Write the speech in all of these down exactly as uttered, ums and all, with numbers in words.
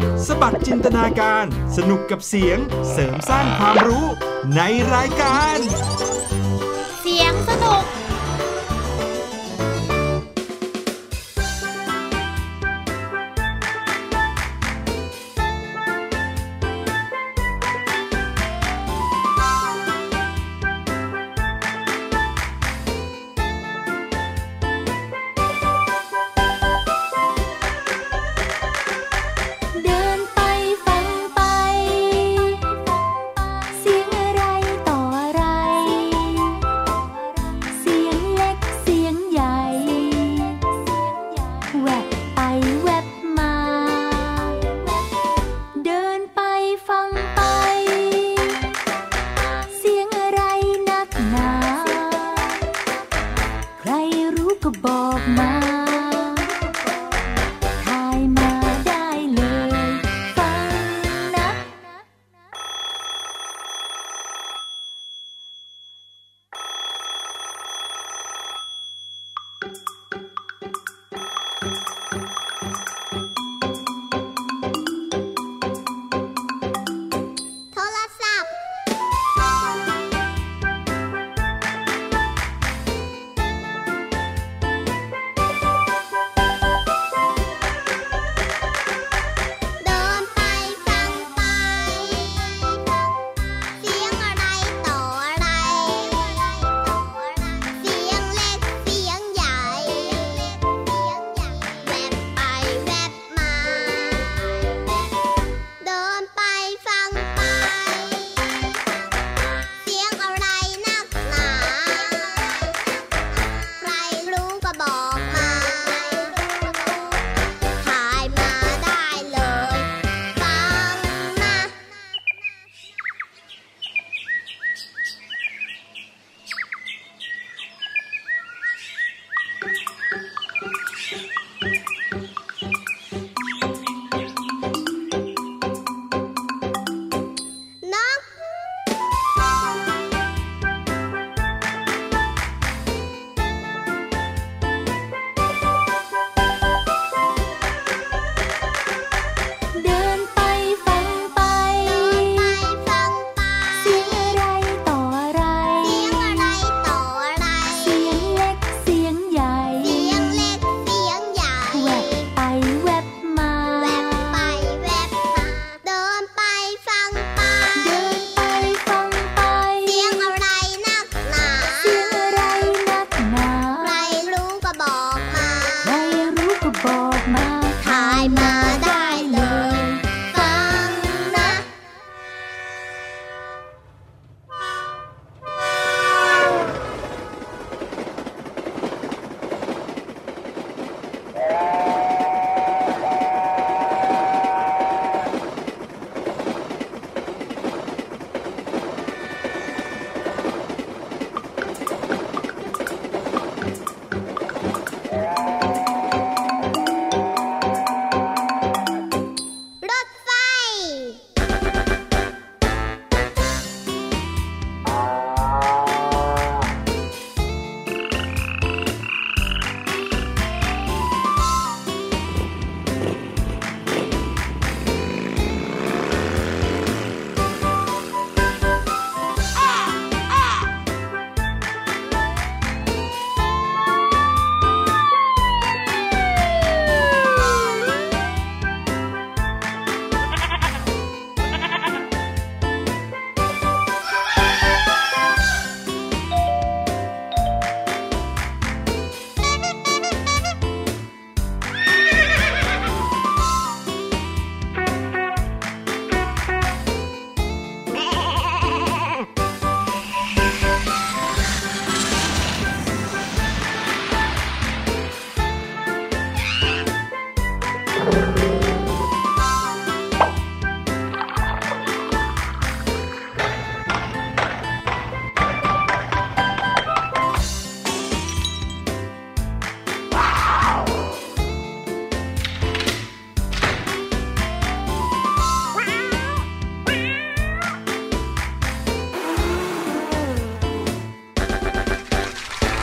สบัดจินตนาการสนุกกับเสียงเสริมสร้างความรู้ในรายการเสียงสนุก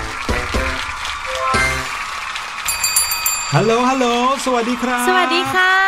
ฮัลโหลฮัลโหลสวัสดีครับสวัสดีค่ะ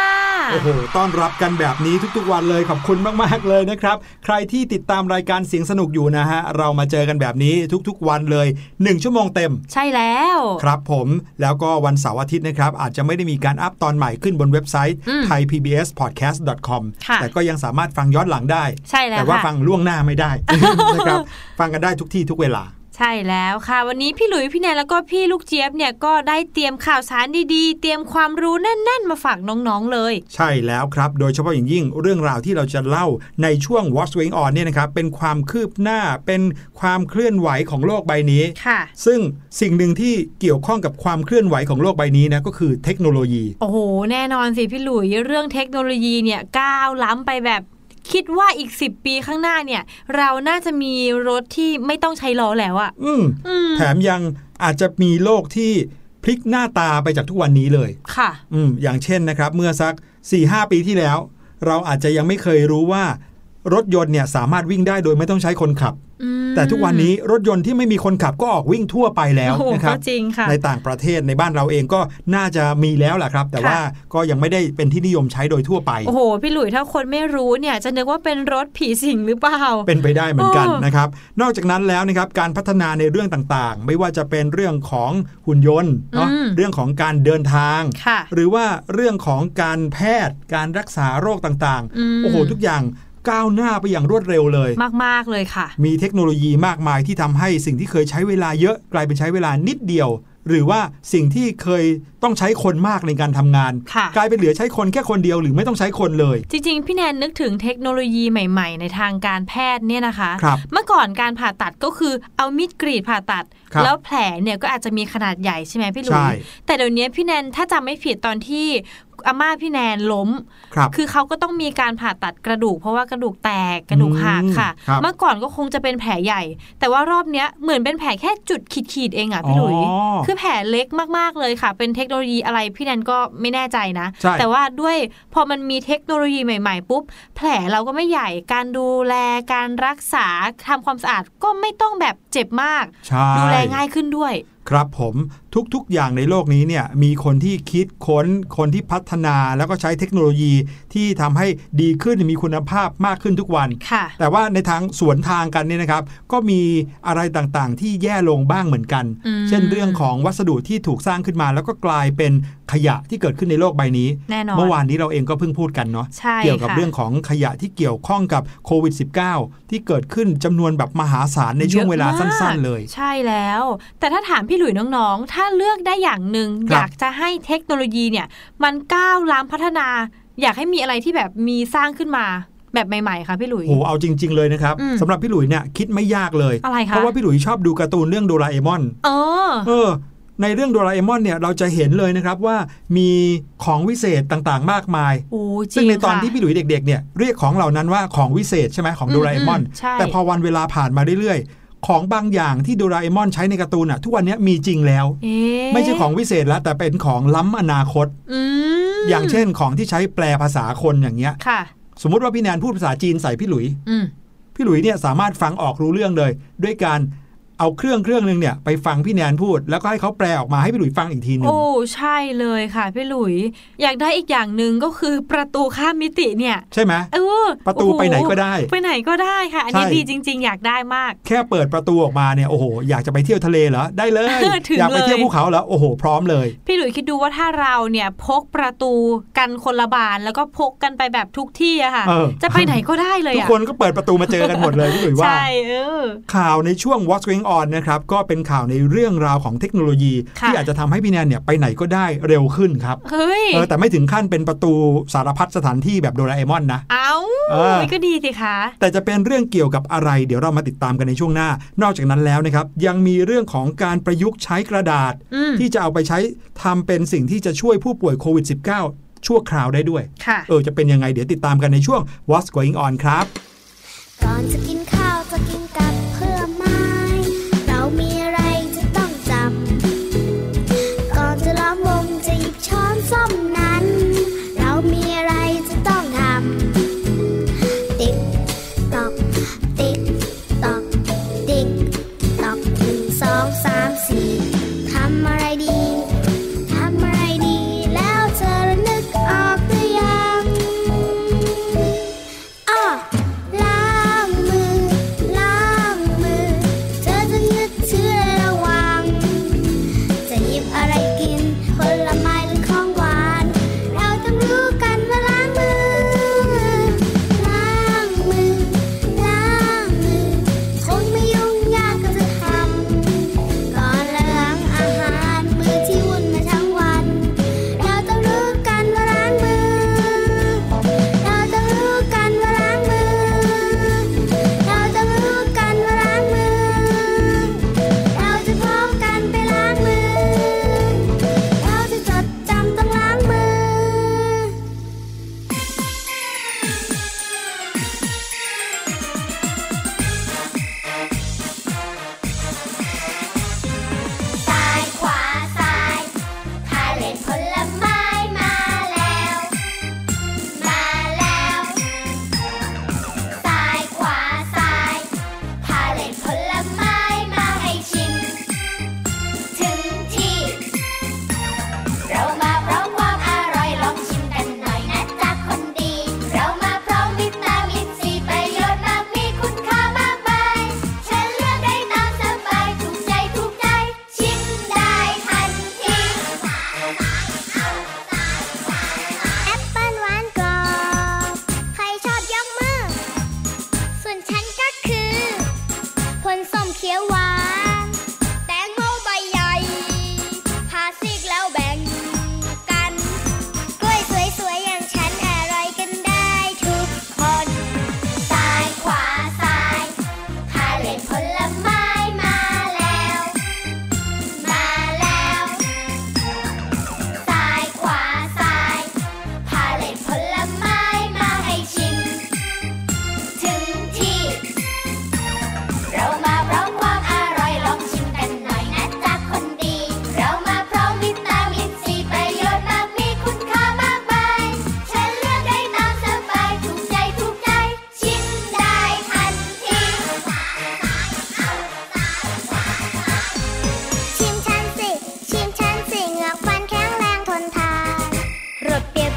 โอ้โหต้อนรับกันแบบนี้ทุกๆวันเลยขอบคุณมากๆเลยนะครับใครที่ติดตามรายการเสียงสนุกอยู่นะฮะเรามาเจอกันแบบนี้ทุกๆวันเลยหนึ่งชั่วโมงเต็มใช่แล้วครับผมแล้วก็วันเสาร์อาทิตย์นะครับอาจจะไม่ได้มีการอัปตอนใหม่ขึ้นบนเว็บไซต์ ไทยพีบีเอสพอดแคสต์ ดอท คอม แต่ก็ยังสามารถฟังย้อนหลังได้ใช่แล้วแต่ว่าฟังล่วงหน้าไม่ได้ นะครับฟังกันได้ทุกที่ทุกเวลาใช่แล้วค่ะวันนี้พี่หลุยพี่แนนแล้วก็พี่ลูกเจี๊ยบเนี่ยก็ได้เตรียมข่าวสารดีๆเตรียมความรู้แน่นๆมาฝากน้องๆเลยใช่แล้วครับโดยเฉพาะอย่างยิ่งเรื่องราวที่เราจะเล่าในช่วง What's Going On เนี่ยนะครับเป็นความคืบหน้าเป็นความเคลื่อนไหวของโลกใบนี้ค่ะซึ่งสิ่งหนึ่งที่เกี่ยวข้องกับความเคลื่อนไหวของโลกใบนี้นะก็คือเทคโนโลยีโอ้โหแน่นอนสิพี่หลุยเรื่องเทคโนโลยีเนี่ยก้าวล้ำไปแบบคิดว่าอีกสิบปีข้างหน้าเนี่ยเราน่าจะมีรถที่ไม่ต้องใช้ล้อแล้วอ่ะอืมแถมยังอาจจะมีโลกที่พลิกหน้าตาไปจากทุกวันนี้เลยค่ะอืมอย่างเช่นนะครับเมื่อสัก สี่ห้า ปีที่แล้วเราอาจจะยังไม่เคยรู้ว่ารถยนต์เนี่ยสามารถวิ่งได้โดยไม่ต้องใช้คนขับแต่ทุกวันนี้รถยนต์ที่ไม่มีคนขับก็ออกวิ่งทั่วไปแล้วนะครับในต่างประเทศในบ้านเราเองก็น่าจะมีแล้วแหละครับแต่ว่าก็ยังไม่ได้เป็นที่นิยมใช้โดยทั่วไปโอ้โหพี่หลุยถ้าคนไม่รู้เนี่ยจะนึกว่าเป็นรถผีสิงหรือเปล่าเป็นไปได้เหมือนกันนะครับนอกจากนั้นแล้วนะครับการพัฒนาในเรื่องต่างๆไม่ว่าจะเป็นเรื่องของหุ่นยนต์เนาะเรื่องของการเดินทางหรือว่าเรื่องของการแพทย์การรักษาโรคต่างๆโอ้โหทุกอย่างก้าวหน้าไปอย่างรวดเร็วเลยมากๆเลยค่ะมีเทคโนโลยีมากมายที่ทำให้สิ่งที่เคยใช้เวลาเยอะกลายเป็นใช้เวลานิดเดียวหรือว่าสิ่งที่เคยต้องใช้คนมากในการทำงานกลายเป็นเหลือใช้คนแค่คนเดียวหรือไม่ต้องใช้คนเลยจริงๆพี่แนนนึกถึงเทคโนโลยีใหม่ๆในทางการแพทย์เนี่ยนะคะเมื่อก่อนการผ่าตัดก็คือเอามีดกรีดผ่าตัดแล้วแผลเนี่ยก็อาจจะมีขนาดใหญ่ใช่ไหมพี่ลุยแต่เดี๋ยวนี้พี่แนนถ้าจำไม่ผิดตอนที่อาม่าพี่แนนล้ม ค, คือเขาก็ต้องมีการผ่าตัดกระดูกเพราะว่ากระดูกแตกกระดูกหักค่ะเมื่อก่อนก็คงจะเป็นแผลใหญ่แต่ว่ารอบเนี้ยเหมือนเป็นแผลแค่จุดขีดๆเองอ่ะพี่ลุยคือแผลเล็กมากๆเลยค่ะเป็นเทคโนโลยีอะไรพี่แนนก็ไม่แน่ใจนะแต่ว่าด้วยพอมันมีเทคโนโลยีใหม่ๆปุ๊บแผลเราก็ไม่ใหญ่การดูแลการรักษาทำความสะอาดก็ไม่ต้องแบบเจ็บมากดูแลง่ายขึ้นด้วยครับผมทุกๆอย่างในโลกนี้เนี่ยมีคนที่คิดค้นคนที่พัฒนาแล้วก็ใช้เทคโนโลยีที่ทำให้ดีขึ้นมีคุณภาพมากขึ้นทุกวันแต่ว่าในทางสวนทางกันเนี่ยนะครับก็มีอะไรต่างๆที่แย่ลงบ้างเหมือนกันเช่นเรื่องของวัสดุที่ถูกสร้างขึ้นมาแล้วก็กลายเป็นขยะที่เกิดขึ้นในโลกใบนี้เมื่อวานนี้เราเองก็เพิ่งพูดกันเนาะเกี่ยวกับเรื่องของขยะที่เกี่ยวข้องกับโควิด สิบเก้า ที่เกิดขึ้นจำนวนแบบมหาศาลในช่วงเวลาสั้นๆเลยใช่แล้วแต่ถ้าถามพี่หลุยน้องๆถ้าเลือกได้อย่างหนึ่งอยากจะให้เทคโนโลยีเนี่ยมันก้าวล้ำพัฒนาอยากให้มีอะไรที่แบบมีสร้างขึ้นมาแบบใหม่ๆค่ะพี่หลุยโหเอาจริงๆเลยนะครับสำหรับพี่หลุยเนี่ยคิดไม่ยากเลยเพราะว่าพี่หลุยชอบดูการ์ตูนเรื่องโดราเอมอนเออเออในเรื่องโดราเอมอนเนี่ยเราจะเห็นเลยนะครับว่ามีของวิเศษต่างๆมากมายซึ่งในตอนที่พี่หลุยเด็กๆเนี่ยเรียกของเหล่านั้นว่าของวิเศษใช่ไหมของโดราเอมอนแต่พอวันเวลาผ่านมาเรื่อยๆของบางอย่างที่โดราเอมอนใช้ในการ์ตูนอ่ะทุกวันนี้มีจริงแล้วไม่ใช่ของวิเศษแล้วแต่เป็นของล้ำอนาคตอ, อย่างเช่นของที่ใช้แปลภาษาคนอย่างเงี้ยสมมติว่าพี่แนนพูดภาษาจีนใส่พี่หลุยพี่หลุยเนี่ยสามารถฟังออกรู้เรื่องเลยด้วยการเอาเครื่องเครื่องนึงเนี่ยไปฟังพี่แนนพูดแล้วก็ให้เขาแปลออกมาให้พี่หลุยฟังอีกทีนึงโอ้ใช่เลยค่ะพี่หลุยอยากได้อีกอย่างนึงก็คือประตูข้ามมิติเนี่ยใช่ไหมเออประตูไปไหนก็ได้ไปไหนก็ได้ค่ะอันนี้ดีจริงๆอยากได้มากแค่เปิดประตูออกมาเนี่ยโอ้โหอยากจะไปเที่ยวทะเลเหรอได้เลย อยากไปเที่ยวภูเขาเหรอโอ้โหพร้อมเลยพี่หลุยคิดดูว่าถ้าเราเนี่ยพกประตูกันคนละบานแล้วก็พกกันไปแบบทุกที่อะค่ะจะไปไหนก็ได้เลยทุกคนก็เปิดประตูมาเจอกันหมดเลยพี่หลุยว่าใช่เออข่าวในช่วง What's Going On นะครับก็เป็นข่าวในเรื่องราวของเทคโนโลยีที่อาจจะทำให้พี่แนนเนี่ยไปไหนก็ได้เร็วขึ้นครับเฮ้ยเออแต่ไม่ถึงขั้นเป็นประตูสารพัดสถานที่แบบโดราเอมอนนะเอ้าก็ดีสิคะแต่จะเป็นเรื่องเกี่ยวกับอะไรเดี๋ยวเรามาติดตามกันในช่วงหน้านอกจากนั้นแล้วนะครับยังมีเรื่องของการประยุกต์ใช้กระดาษที่จะเอาไปใช้ทำเป็นสิ่งที่จะช่วยผู้ป่วยโควิด สิบเก้า ชั่วคราวได้ด้วยเออจะเป็นยังไงเดี๋ยวติดตามกันในช่วง What's Going On ครับก่อนจะกินข้าวจะกินกับเพื่อไม้เรามีอะไรจะต้องจำก่อนจะล้อมวงจะหยิบช้อนส้อมนั้นเรามีอะไรจะต้องทำติ๊กตอกติ๊กตอกติ๊กตอกหนึ่งสองสามสี่ทำอะไรดีทำอะไรดีแล้วเธอนึกออกหรือยัง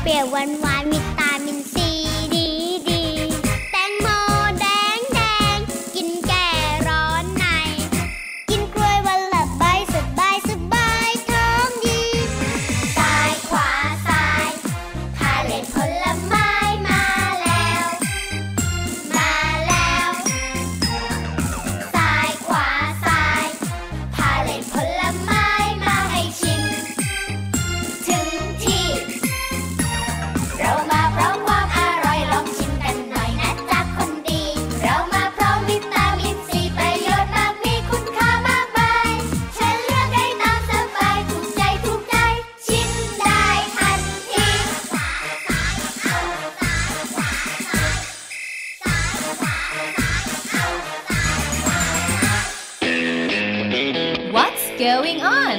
เปรี้ยวหวานหวานวิตามินซีดีดีแตงโมแดงแดงกินแก้ร้อนในกินกล้วยวันละใบสบายสบายท้องดีซ้ายขวาซ้ายพาเล่นผลไม้มาแล้วมาแล้วซ้ายขวาซ้ายพาเล่นผลไม้มาให้ชิมถึงที่เรามาพร้อมความอร่อยลองชิมกันหน่อยนะจ๊ะคนดีเรามาพร้อมวิตามินซีประโยชน์มากมีคุณค่ามากมายฉันเลือกได้ตามสบายถูกใจถูกใจชิมได้ทันที What's going on?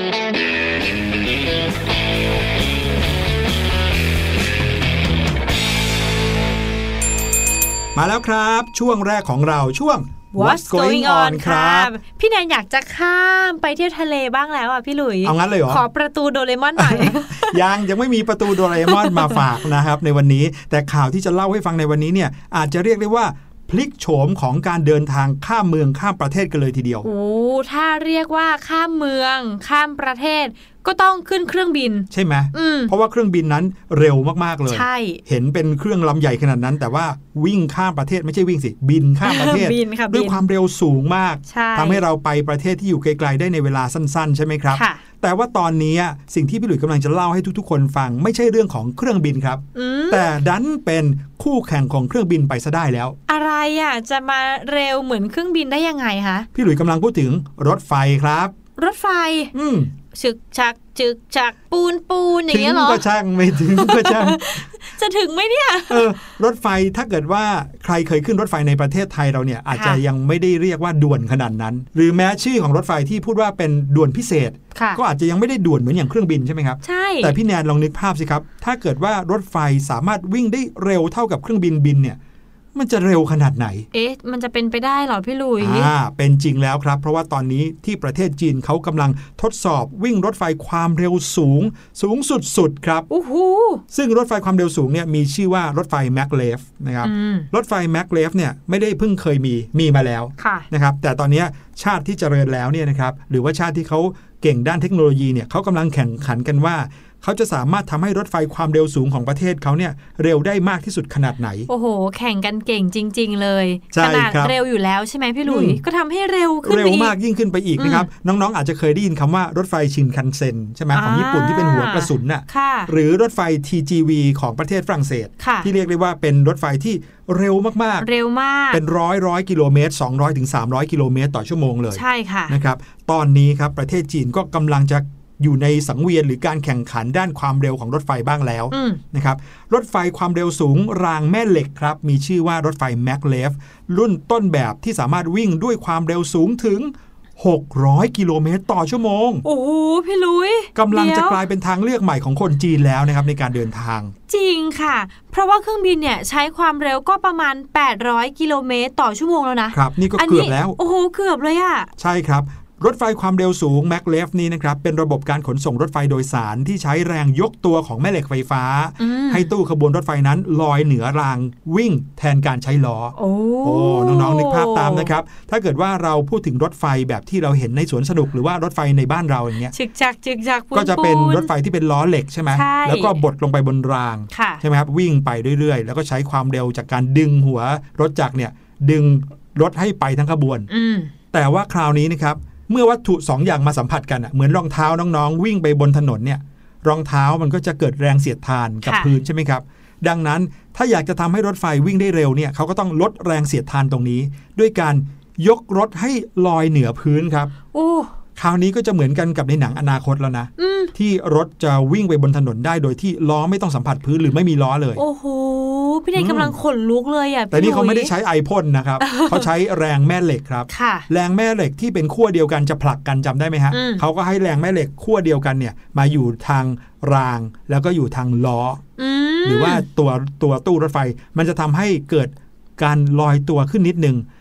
มาแล้วครับช่วงแรกของเราช่วง What's going on ครับพี่แนนอยากจะข้ามไปเที่ยวทะเลบ้างแล้วอ่ะพี่หลุยเอางั้นเลยเหรอขอประตูโดเรมอนหน่อยยังยังไม่มีประตูโดเรมอนมาฝากนะครับในวันนี้แต่ข่าวที่จะเล่าให้ฟังในวันนี้เนี่ยอาจจะเรียกได้ว่าพลิกโฉมของการเดินทางข้ามเมืองข้ามประเทศกันเลยทีเดียวโอ้ถ้าเรียกว่าข้ามเมืองข้ามประเทศก็ต้องขึ้นเครื่องบินใช่ไหมเพราะว่าเครื่องบินนั้นเร็วมากๆเลยใช่เห็นเป็นเครื่องลำใหญ่ขนาดนั้นแต่ว่าวิ่งข้ามประเทศไม่ใช่วิ่งสิบินข้ามประเทศ ด้วยความเร็วสูงมากทำให้เราไปประเทศที่อยู่ไกลๆได้ในเวลาสั้นๆใช่ไหมครับแต่ว่าตอนนี้สิ่งที่พี่หลุยส์กำลังจะเล่าให้ทุกๆคนฟังไม่ใช่เรื่องของเครื่องบินครับแต่ดันเป็นคู่แข่งของเครื่องบินไปซะได้แล้วอะไรอ่ะจะมาเร็วเหมือนเครื่องบินได้ยังไงคะพี่หลุยส์กำลังพูดถึงรถไฟครับรถไฟอืมฉึกฉักจึกฉักปูนปูนอย่างเงี้ยหรอถึงก็ช่างไม่ถึงก็ช่างจะถึงไหมเนี่ยเออรถไฟถ้าเกิดว่าใครเคยขึ้นรถไฟในประเทศไทยเราเนี่ยอาจจะยังไม่ได้เรียกว่าด่วนขนาดนั้นหรือแม้ชื่อของรถไฟที่พูดว่าเป็นด่วนพิเศษก็อาจจะยังไม่ได้ด่วนเหมือนอย่างเครื่องบินใช่ไหมครับใช่แต่พี่แนนลองนึกภาพสิครับถ้าเกิดว่ารถไฟสามารถวิ่งได้เร็วเท่ากับเครื่องบินบินเนี่ยมันจะเร็วขนาดไหนเอ๊ะมันจะเป็นไปได้หรอพี่ลุยอ่าเป็นจริงแล้วครับเพราะว่าตอนนี้ที่ประเทศจีนเขากำลังทดสอบวิ่งรถไฟความเร็วสูงสูงสุดๆครับโอ้โหซึ่งรถไฟความเร็วสูงเนี่ยมีชื่อว่ารถไฟแมกเลฟนะครับรถไฟแมกเลฟเนี่ยไม่ได้เพิ่งเคยมีมีมาแล้วนะครับแต่ตอนนี้ชาติที่เจริญแล้วเนี่ยนะครับหรือว่าชาติที่เขาเก่งด้านเทคโนโลยีเนี่ยเขากำลังแข่งขันกันว่าเขาจะสามารถทำให้รถไฟความเร็วสูงของประเทศเขาเนี่ยเร็วได้มากที่สุดขนาดไหนโอ้โหแข่งกันเก่งจริงๆเลยขนาดเร็วอยู่แล้วใช่ไหมพี่ลุยก็ทำให้เร็วขึ้นเร็วมากยิ่งขึ้นไปอีกนะครับน้องๆอาจจะเคยได้ยินคำว่ารถไฟชินคันเซ็นใช่ไหมของญี่ปุ่นที่เป็นหัวกระสุนน่ะหรือรถไฟ ที จี วี ของประเทศฝรั่งเศสที่เรียกได้ว่าเป็นรถไฟที่เร็วมากๆเร็วมากเป็นร้อยร้อยกิโลเมตรสองร้อยถึงสามร้อยกิโลเมตรต่อชั่วโมงเลยใช่ค่ะนะครับตอนนี้ครับประเทศจีนก็กำลังจะอยู่ในสังเวียนหรือการแข่งขันด้านความเร็วของรถไฟบ้างแล้วนะครับรถไฟความเร็วสูงรางแม่เหล็กครับมีชื่อว่ารถไฟแมกเลฟรุ่นต้นแบบที่สามารถวิ่งด้วยความเร็วสูงถึงหกร้อยกิโลเมตรต่อชั่วโมงโอ้โหพี่ลุยกำลังจะกลายเป็นทางเลือกใหม่ของคนจีนแล้วนะครับในการเดินทางจริงค่ะเพราะว่าเครื่องบินเนี่ยใช้ความเร็วก็ประมาณแปดร้อยกิโลเมตรต่อชั่วโมงแล้วนะครับนี่ก็เกือบแล้วโอ้โหเกือบเลยอ่ะใช่ครับรถไฟความเร็วสูงแมกเลฟนี้นะครับเป็นระบบการขนส่งรถไฟโดยสารที่ใช้แรงยกตัวของแม่เหล็กไฟฟ้าให้ตู้ขบวนรถไฟนั้นลอยเหนือรางวิ่งแทนการใช้ล้อโอ้น้องๆนึกภาพตามนะครับถ้าเกิดว่าเราพูดถึงรถไฟแบบที่เราเห็นในสวนสนุกหรือว่ารถไฟในบ้านเราอย่างเงี้ยจึกจักจึกจักก็จะเป็นรถไฟที่เป็นล้อเหล็กใช่ไหมแล้วก็บดลงไปบนรางใช่ไหมครับวิ่งไปเรื่อยๆแล้วก็ใช้ความเร็วจากการดึงหัวรถจักรเนี่ยดึงรถให้ไปทั้งขบวนแต่ว่าคราวนี้นะครับเมื่อวัตถุสองอย่างมาสัมผัสกันอ่ะเหมือนรองเท้าน้องๆวิ่งไปบนถนนเนี่ยรองเท้ามันก็จะเกิดแรงเสียดทานกับพื้นใช่ไหมครับดังนั้นถ้าอยากจะทำให้รถไฟวิ่งได้เร็วเนี่ยเขาก็ต้องลดแรงเสียดทานตรงนี้ด้วยการยกรถให้ลอยเหนือพื้นครับโอ้คราวนี้ก็จะเหมือนกันกับในหนังอนาคตแล้วนะที่รถจะวิ่งไปบนถนนได้โดยที่ล้อไม่ต้องสัมผัสพื้นหรือไม่มีล้อเลยโอ้โหพี่เนยกำลังขนลุกเลยอ่ะแต่นี่เขาไม่ได้ใช้ไอพ่นนะครับ เขาใช้แรงแม่เหล็กครับแรงแม่เหล็กที่เป็นขั้วเดียวกันจะผลักกันจำได้ไหมฮะเขาก็ให้แรงแม่เหล็กขั้วเดียวกันเนี่ยมาอยู่ทางรางแล้วก็อยู่ทางล้อหรือว่าตัวตัวตู้รถไฟมันจะทำให้เกิดการลอยตัวขึ้นนิดนึง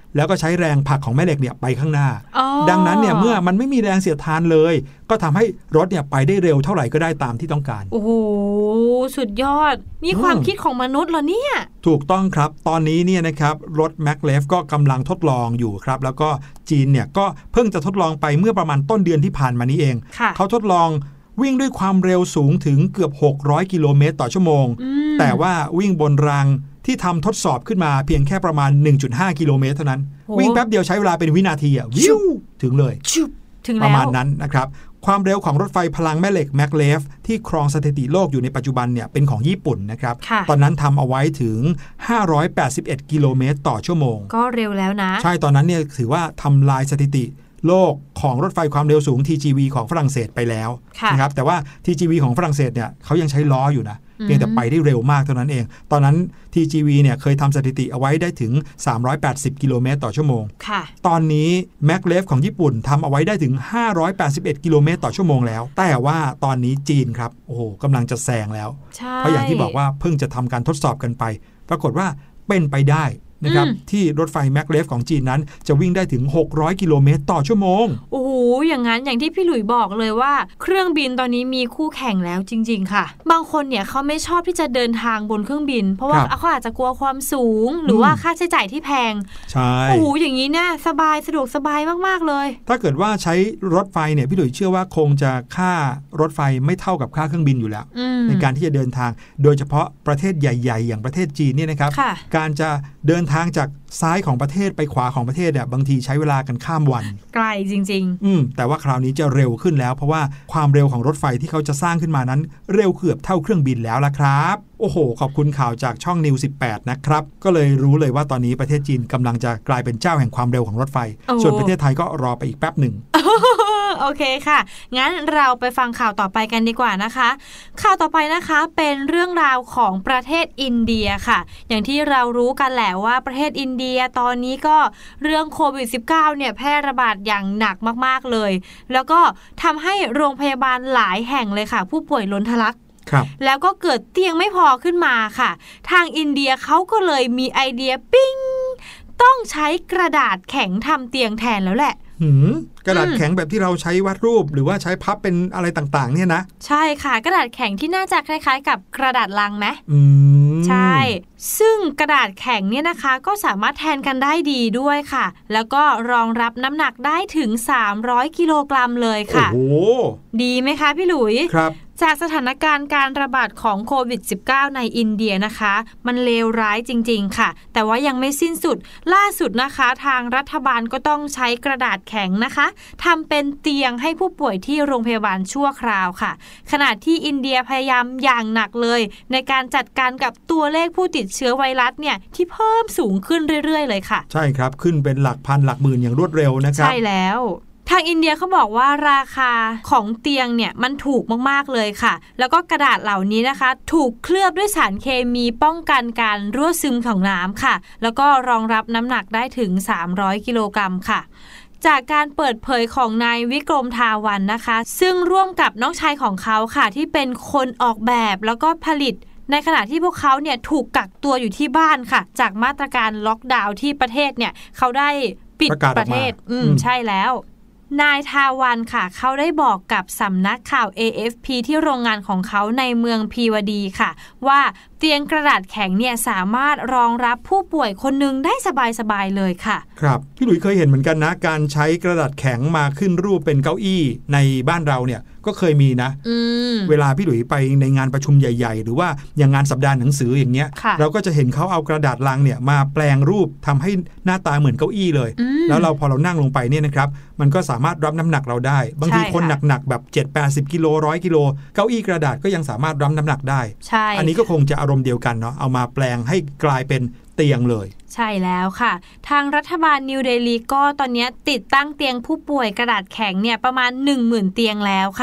แล้วก็ใช้แรงผลักของแม่เหล็กเนี่ยไปข้างหน้าดังนั้นเนี่ยเมื่อมันไม่มีแรงเสียดทานเลยก็ทำให้รถเนี่ยไปได้เร็วเท่าไหร่ก็ได้ตามที่ต้องการโอ้โหสุดยอดนี่ความคิดของมนุษย์เหรอเนี่ยถูกต้องครับตอนนี้เนี่ยนะครับรถแม็กเลฟก็กำลังทดลองอยู่ครับแล้วก็จีนเนี่ยก็เพิ่งจะทดลองไปเมื่อประมาณต้นเดือนที่ผ่านมานี้เองเขาทดลองวิ่งด้วยความเร็วสูงถึงเกือบหกร้อยกิโลเมตรต่อชั่วโมงแต่ว่าวิ่งบนรางที่ทำทดสอบขึ้นมาเพียงแค่ประมาณ หนึ่งจุดห้า กิโลเมตรเท่านั้นวิ่งแป๊บเดียวใช้เวลาเป็นวินาทีอ่ะวิวถึงเลยประมาณนั้นนะครับความเร็วของรถไฟพลังแม่เหล็กแมกเลฟที่ครองสถิติโลกอยู่ในปัจจุบันเนี่ยเป็นของญี่ปุ่นนะครับตอนนั้นทำเอาไว้ถึงห้าร้อยแปดสิบเอ็ดกิโลเมตรต่อชั่วโมงก็เร็วแล้วนะใช่ตอนนั้นเนี่ยถือว่าทำลายสถิติโลกของรถไฟความเร็วสูง ที จี วี ของฝรั่งเศสไปแล้วนะครับแต่ว่า ที จี วี ของฝรั่งเศสเนี่ยเขายังใช้ล้ออยู่นะเพียงแต่ไปได้เร็วมากเท่านั้นเองตอนนั้น ที จี วี เนี่ยเคยทำสถิติเอาไว้ได้ถึงสามร้อยแปดสิบกิโลเมตรต่อชั่วโมงตอนนี้แม็กเลฟของญี่ปุ่นทำเอาไว้ได้ถึงห้าร้อยแปดสิบเอ็ดกิโลเมตรต่อชั่วโมงแล้วแต่ว่าตอนนี้จีนครับโอ้โหกำลังจะแซงแล้วเพราะอย่างที่บอกว่าเพิ่งจะทำการทดสอบกันไปปรากฏว่าเป็นไปได้นะครับที่รถไฟแม็กเลฟของจีนนั้นจะวิ่งได้ถึงหกร้อยกิโลเมตรต่อชั่วโมงโอ้โหอย่างนั้นอย่างที่พี่หลุยบอกเลยว่าเครื่องบินตอนนี้มีคู่แข่งแล้วจริงๆค่ะบางคนเนี่ยเขาไม่ชอบที่จะเดินทางบนเครื่องบินเพราะว่าเขาอาจจะกลัวความสูงหรือว่าค่าใช้จ่ายที่แพงใช่โอ้โหอย่างนี้เนี่ยสบายสะดวกสบายมากๆเลยถ้าเกิดว่าใช้รถไฟเนี่ยพี่หลุยเชื่อว่าคงจะค่ารถไฟไม่เท่ากับค่าเครื่องบินอยู่แล้วในการที่จะเดินทางโดยเฉพาะประเทศใหญ่ๆอย่างประเทศจีนเนี่ยนะครับการจะเดินทางจากซ้ายของประเทศไปขวาของประเทศเนี่ยบางทีใช้เวลากันข้ามวันไกลจริงๆอืมแต่ว่าคราวนี้จะเร็วขึ้นแล้วเพราะว่าความเร็วของรถไฟที่เขาจะสร้างขึ้นมานั้นเร็วเกือบเท่าเครื่องบินแล้วล่ะครับโอ้โหขอบคุณข่าวจากช่องนิวสิบแปดนะครับก็เลยรู้เลยว่าตอนนี้ประเทศจีนกำลังจะกลายเป็นเจ้าแห่งความเร็วของรถไฟส่วนประเทศไทยก็รอไปอีกแป๊บหนึ่งโอเคค่ะงั้นเราไปฟังข่าวต่อไปกันดีกว่านะคะข่าวต่อไปนะคะเป็นเรื่องราวของประเทศอินเดียค่ะอย่างที่เรารู้กันแหละว่าประเทศอินเดียตอนนี้ก็เรื่องโควิด สิบเก้า เนี่ยแพร่ระบาดอย่างหนักมากๆเลยแล้วก็ทำให้โรงพยาบาลหลายแห่งเลยค่ะผู้ป่วยล้นทะลักแล้วก็เกิดเตียงไม่พอขึ้นมาค่ะทางอินเดียเขาก็เลยมีไอเดียปิ้งต้องใช้กระดาษแข็งทำเตียงแทนแล้วแหละหืกระดาษแข็งแบบที่เราใช้วาดรูปหรือว่าใช้พับเป็นอะไรต่างๆเนี่ยนะใช่ค่ะกระดาษแข็งที่น่าจะคล้ายๆกับกระดาษลังไหมอืมใช่ซึ่งกระดาษแข็งเนี่ยนะคะก็สามารถแทนกันได้ดีด้วยค่ะแล้วก็รองรับน้ำหนักได้ถึงสามร้อยกิโลกรัมเลยค่ะโอ้โหดีไหมคะพี่หลุยครับจากสถานการณ์การระบาดของโควิด สิบเก้า ในอินเดียนะคะมันเลวร้ายจริงๆค่ะแต่ว่ายังไม่สิ้นสุดล่าสุดนะคะทางรัฐบาลก็ต้องใช้กระดาษแข็งนะคะทำเป็นเตียงให้ผู้ป่วยที่โรงพยาบาลชั่วคราวค่ะขณะที่อินเดียพยายามอย่างหนักเลยในการจัดการกับตัวเลขผู้ติดเชื้อไวรัสเนี่ยที่เพิ่มสูงขึ้นเรื่อยๆเลยค่ะใช่ครับขึ้นเป็นหลักพันหลักหมื่นอย่างรวดเร็วนะครับใช่แล้วทางอินเดียเขาบอกว่าราคาของเตียงเนี่ยมันถูกมากๆเลยค่ะแล้วก็กระดาษเหล่านี้นะคะถูกเคลือบด้วยสารเคมีป้องกันการรั่วซึมของน้ำค่ะแล้วก็รองรับน้ำหนักได้ถึงสามร้อยกิโลกรัมค่ะจากการเปิดเผยของนายวิกรมทาวันนะคะซึ่งร่วมกับน้องชายของเขาค่ะที่เป็นคนออกแบบแล้วก็ผลิตในขณะที่พวกเขาเนี่ยถูกกักตัวอยู่ที่บ้านค่ะจากมาตรการล็อกดาวน์ที่ประเทศเนี่ยเขาได้ปิดประเทศอืมใช่แล้วนายทาวันค่ะเขาได้บอกกับสำนักข่าว เอ เอฟ พี ที่โรงงานของเขาในเมืองพีวดีค่ะว่าเตียงกระดาษแข็งเนี่ยสามารถรองรับผู้ป่วยคนนึงได้สบายๆเลยค่ะครับพี่หลุยเคยเห็นเหมือนกันนะการใช้กระดาษแข็งมาขึ้นรูปเป็นเก้าอี้ในบ้านเราเนี่ยก็เคยมีนะเวลาพี่หลุยไปในงานประชุมใหญ่ๆหรือว่าอย่างงานสัปดาห์หนังสืออย่างเงี้ยเราก็จะเห็นเขาเอากระดาษลังเนี่ยมาแปลงรูปทำให้หน้าตาเหมือนเก้าอี้เลยแล้วเราพอเรานั่งลงไปเนี่ยนะครับมันก็สามารถรับน้ำหนักเราได้บางทีคนหนักๆแบบ เจ็ดสิบ แปดสิบ กิโลร้อยกิโลเก้าอี้กระดาษก็ยังสามารถรับน้ำหนักได้อันนี้ก็คงจะอารมณ์เดียวกันเนาะเอามาแปลงให้กลายเป็นเตียงเลยใช่แล้วค่ะทางรัฐบาลนิวเดลีก็ตอนนี้ติดตั้งเตียงผู้ป่วยกระดาษแข็งเนี่ยประมาณ หนึ่งหมื่น เตียงแล้วค่ะ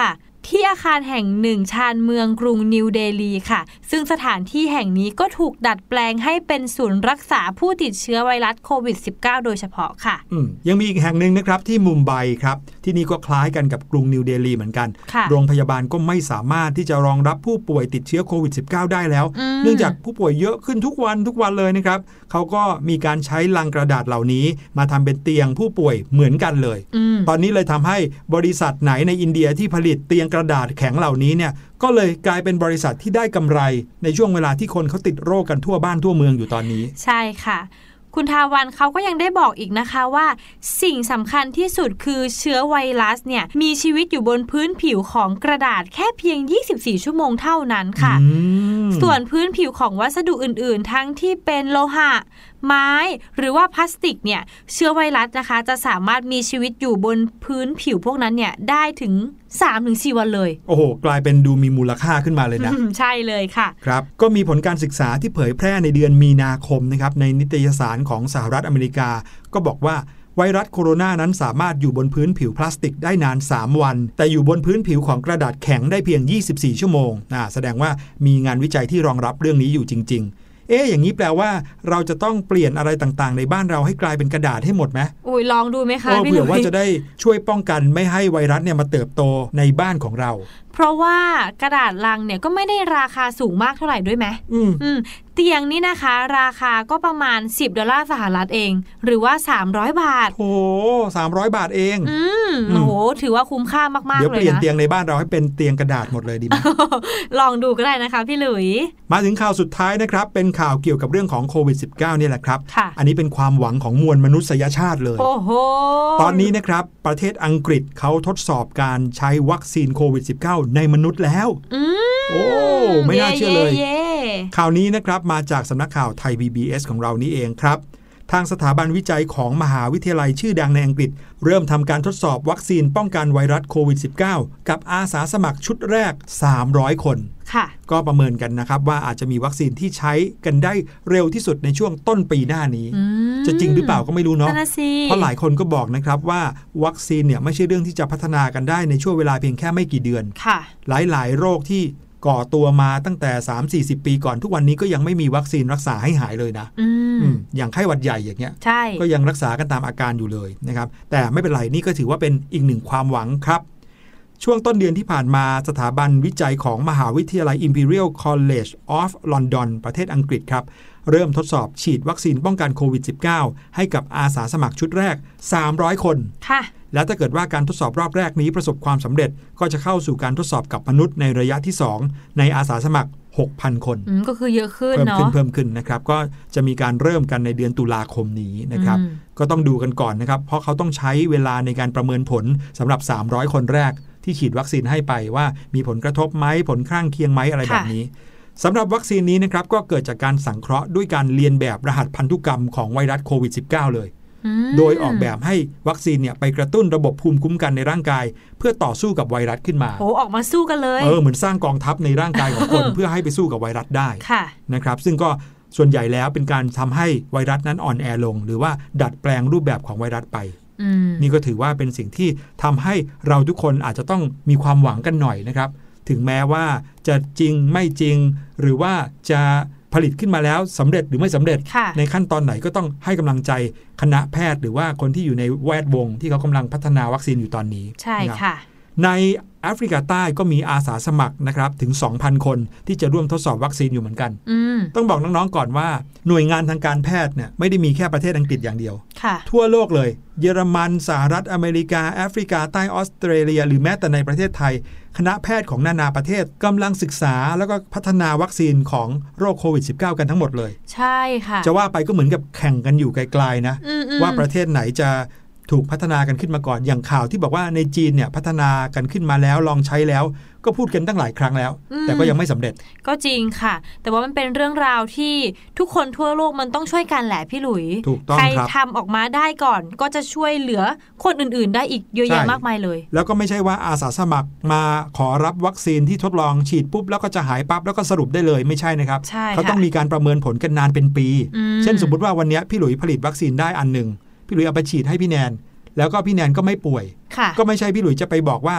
ที่อาคารแห่งหนึ่งชานเมืองกรุงนิวเดลีค่ะซึ่งสถานที่แห่งนี้ก็ถูกดัดแปลงให้เป็นศูนย์รักษาผู้ติดเชื้อไวรัสโควิด สิบเก้า โดยเฉพาะค่ะอืมยังมีอีกแห่งหนึ่งนะครับที่มุมไบครับที่นี่ก็คล้ายกันกับกรุงนิวเดลีเหมือนกันโรงพยาบาลก็ไม่สามารถที่จะรองรับผู้ป่วยติดเชื้อโควิด สิบเก้า ได้แล้วเนื่องจากผู้ป่วยเยอะขึ้นทุกวันทุกวันเลยนะครับเขาก็มีการใช้ลังกระดาษเหล่านี้มาทำเป็นเตียงผู้ป่วยเหมือนกันเลยตอนนี้เลยทำให้บริษัทไหนในอินเดียที่ผลิตเตียงกระดาษแข็งเหล่านี้เนี่ยก็เลยกลายเป็นบริษัทที่ได้กำไรในช่วงเวลาที่คนเขาติดโรคกันทั่วบ้านทั่วเมืองอยู่ตอนนี้ใช่ค่ะคุณทาวันเขาก็ยังได้บอกอีกนะคะว่าสิ่งสำคัญที่สุดคือเชื้อไวรัสเนี่ยมีชีวิตอยู่บนพื้นผิวของกระดาษแค่เพียงยี่สิบสี่ชั่วโมงเท่านั้นค่ะส่วนพื้นผิวของวัสดุอื่นๆทั้งที่เป็นโลหะไม้หรือว่าพลาสติกเนี่ยเชื้อไวรัสนะคะจะสามารถมีชีวิตอยู่บนพื้นผิวพวกนั้นเนี่ยได้ถึง สามถึงสี่ วันเลยโอ้โหกลายเป็นดูมีมูลค่าขึ้นมาเลยนะใช่เลยค่ะครับก็มีผลการศึกษาที่เผยแพร่ในเดือนมีนาคมนะครับในนิตยสารของสหรัฐอเมริกาก็บอกว่าไวรัสโคโรนานั้นสามารถอยู่บนพื้นผิวพลาสติกได้นานสามวันแต่อยู่บนพื้นผิวของกระดาษแข็งได้เพียงยี่สิบสี่ชั่วโมงอ่าแสดงว่ามีงานวิจัยที่รองรับเรื่องนี้อยู่จริงๆเอ๊ะอย่างนี้แปลว่าเราจะต้องเปลี่ยนอะไรต่างๆในบ้านเราให้กลายเป็นกระดาษให้หมดไหมอุ้ยลองดูไหมคะพี่หนุ่ยเผื่อว่าจะได้ช่วยป้องกันไม่ให้ไวรัสเนี่ยมาเติบโตในบ้านของเราเพราะว่ากระดาษลังเนี่ยก็ไม่ได้ราคาสูงมากเท่าไหร่ด้วยไหมอืมอืมเตียงนี่นะคะราคาก็ประมาณสิบดอลลาร์สหรัฐเองหรือว่าสามร้อยบาทโอ้สามร้อยบาทเองอืมโอ้โหถือว่าคุ้มค่ามากๆเลยนะเดี๋ยวเปลี่ยนเตียงในบ้านเราให้เป็นเตียงกระดาษหมดเลยดีไหมลองดูก็ได้นะคะพี่หลุยมาถึงข่าวสุดท้ายนะครับเป็นข่าวเกี่ยวกับเรื่องของโควิด สิบเก้า นี่แหละครับอันนี้เป็นความหวังของมวลมนุษยชาติเลยโอ้โหตอนนี้นะครับประเทศอังกฤษเขาทดสอบการใช้วัคซีนโควิด สิบเก้า ในมนุษย์แล้วโอ้ไม่น่าเชื่อเลยข่าวนี้นะครับมาจากสำนักข่าวไทย พี บี เอส ของเรานี่เองครับทางสถาบันวิจัยของมหาวิทยาลัยชื่อดังในอังกฤษเริ่มทำการทดสอบวัคซีนป้องกันไวรัสโควิด สิบเก้า กับอาสาสมัครชุดแรกสามร้อยคนก็ประเมินกันนะครับว่าอาจจะมีวัคซีนที่ใช้กันได้เร็วที่สุดในช่วงต้นปีหน้านี้จะจริงหรือเปล่าก็ไม่รู้เนาะเพราะหลายคนก็บอกนะครับว่าวัคซีนเนี่ยไม่ใช่เรื่องที่จะพัฒนากันได้ในช่วงเวลาเพียงแค่ไม่กี่เดือนหลายๆโรคที่ก่อตัวมาตั้งแต่ สามถึงสี่สิบ ปีก่อนทุกวันนี้ก็ยังไม่มีวัคซีนรักษาให้หายเลยนะ อ, อย่างไข้หวัดใหญ่อย่างเงี้ยก็ยังรักษากันตามอาการอยู่เลยนะครับแต่ไม่เป็นไรนี่ก็ถือว่าเป็นอีกหนึ่งความหวังครับช่วงต้นเดือนที่ผ่านมาสถาบันวิจัยของมหาวิทยาลัย Imperial College of London ประเทศอังกฤษครับเริ่มทดสอบฉีดวัคซีนป้องกันโควิด สิบเก้า ให้กับอาสาสมัครชุดแรกสามร้อยคนค่ะและถ้าเกิดว่าการทดสอบรอบแรกนี้ประสบความสำเร็จก็จะเข้าสู่การทดสอบกับมนุษย์ในระยะที่สองในอาสาสมัคร หกพัน คนก็คือเยอะขึ้นเนาะเพิ่มขึ้นเพิ่มขึ้นนะครับก็จะมีการเริ่มกันในเดือนตุลาคมนี้นะครับก็ต้องดูกันก่อนนะครับเพราะเขาต้องใช้เวลาในการประเมินผลสำหรับสามร้อยคนแรกที่ฉีดวัคซีนให้ไปว่ามีผลกระทบไหมผลข้างเคียงไหมอะไรแบบนี้สำหรับวัคซีนนี้นะครับก็เกิดจากการสังเคราะห์ด้วยการเรียนแบบรหัสพันธุกรรมของไวรัสโควิด สิบเก้า เลยโดยออกแบบให้วัคซีนเนี่ยไปกระตุ้นระบบภูมิคุ้มกันในร่างกายเพื่อต่อสู้กับไวรัสขึ้นมาโอ้ออกมาสู้กันเลยเออเหมือนสร้างกองทัพในร่างกายของคน เพื่อให้ไปสู้กับไวรัสได้นะครับซึ่งก็ส่วนใหญ่แล้วเป็นการทำให้ไวรัสนั้นอ่อนแอลงหรือว่าดัดแปลงรูปแบบของไวรัสไปนี่ก็ถือว่าเป็นสิ่งที่ทำให้เราทุกคนอาจจะต้องมีความหวังกันหน่อยนะครับถึงแม้ว่าจะจริงไม่จริงหรือว่าจะผลิตขึ้นมาแล้วสำเร็จหรือไม่สำเร็จในขั้นตอนไหนก็ต้องให้กำลังใจคณะแพทย์หรือว่าคนที่อยู่ในแวดวงที่เขากำลังพัฒนาวัคซีนอยู่ตอนนี้ใช่ค่ะในแอฟริกาใต้ก็มีอาสาสมัครนะครับถึง สองพัน คนที่จะร่วมทดสอบวัคซีนอยู่เหมือนกันต้องบอกน้องๆก่อนว่าหน่วยงานทางการแพทย์เนี่ยไม่ได้มีแค่ประเทศอังกฤษอย่างเดียวทั่วโลกเลยเยอรมันสหรัฐอเมริกาแอฟริกาใต้ออสเตรเลียหรือแม้แต่ในประเทศไทยคณะแพทย์ของนานาประเทศกำลังศึกษาแล้วก็พัฒนาวัคซีนของโรคโควิด สิบเก้า กันทั้งหมดเลยใช่ค่ะจะว่าไปก็เหมือนกับแข่งกันอยู่ไกลๆนะว่าประเทศไหนจะถูกพัฒนากันขึ้นมาก่อนอย่างข่าวที่บอกว่าในจีนเนี่ยพัฒนากันขึ้นมาแล้วลองใช้แล้วก็พูดกันตั้งหลายครั้งแล้วแต่ก็ยังไม่สำเร็จก็จริงค่ะแต่ว่ามันเป็นเรื่องราวที่ทุกคนทั่วโลกมันต้องช่วยกันแหละพี่หลุยถูกต้องใครทำออกมาได้ก่อนก็จะช่วยเหลือคนอื่นๆได้อีกเยอะแยะมากมายเลยแล้วก็ไม่ใช่ว่าอาสาสมัครมาขอรับวัคซีนที่ทดลองฉีดปุ๊บแล้วก็จะหายปั๊บแล้วก็สรุปได้เลยไม่ใช่นะครับเขาต้องมีการประเมินผลกันนานเป็นปีเช่นสมมติว่าวันนี้พี่หลุยผลิตวัคซีนได้อันนึงพี่หลุยเอาไปฉีดให้พี่แนนแล้วก็พี่แนนก็ไม่ป่วยก็ไม่ใช่พี่หลุยจะไปบอกว่า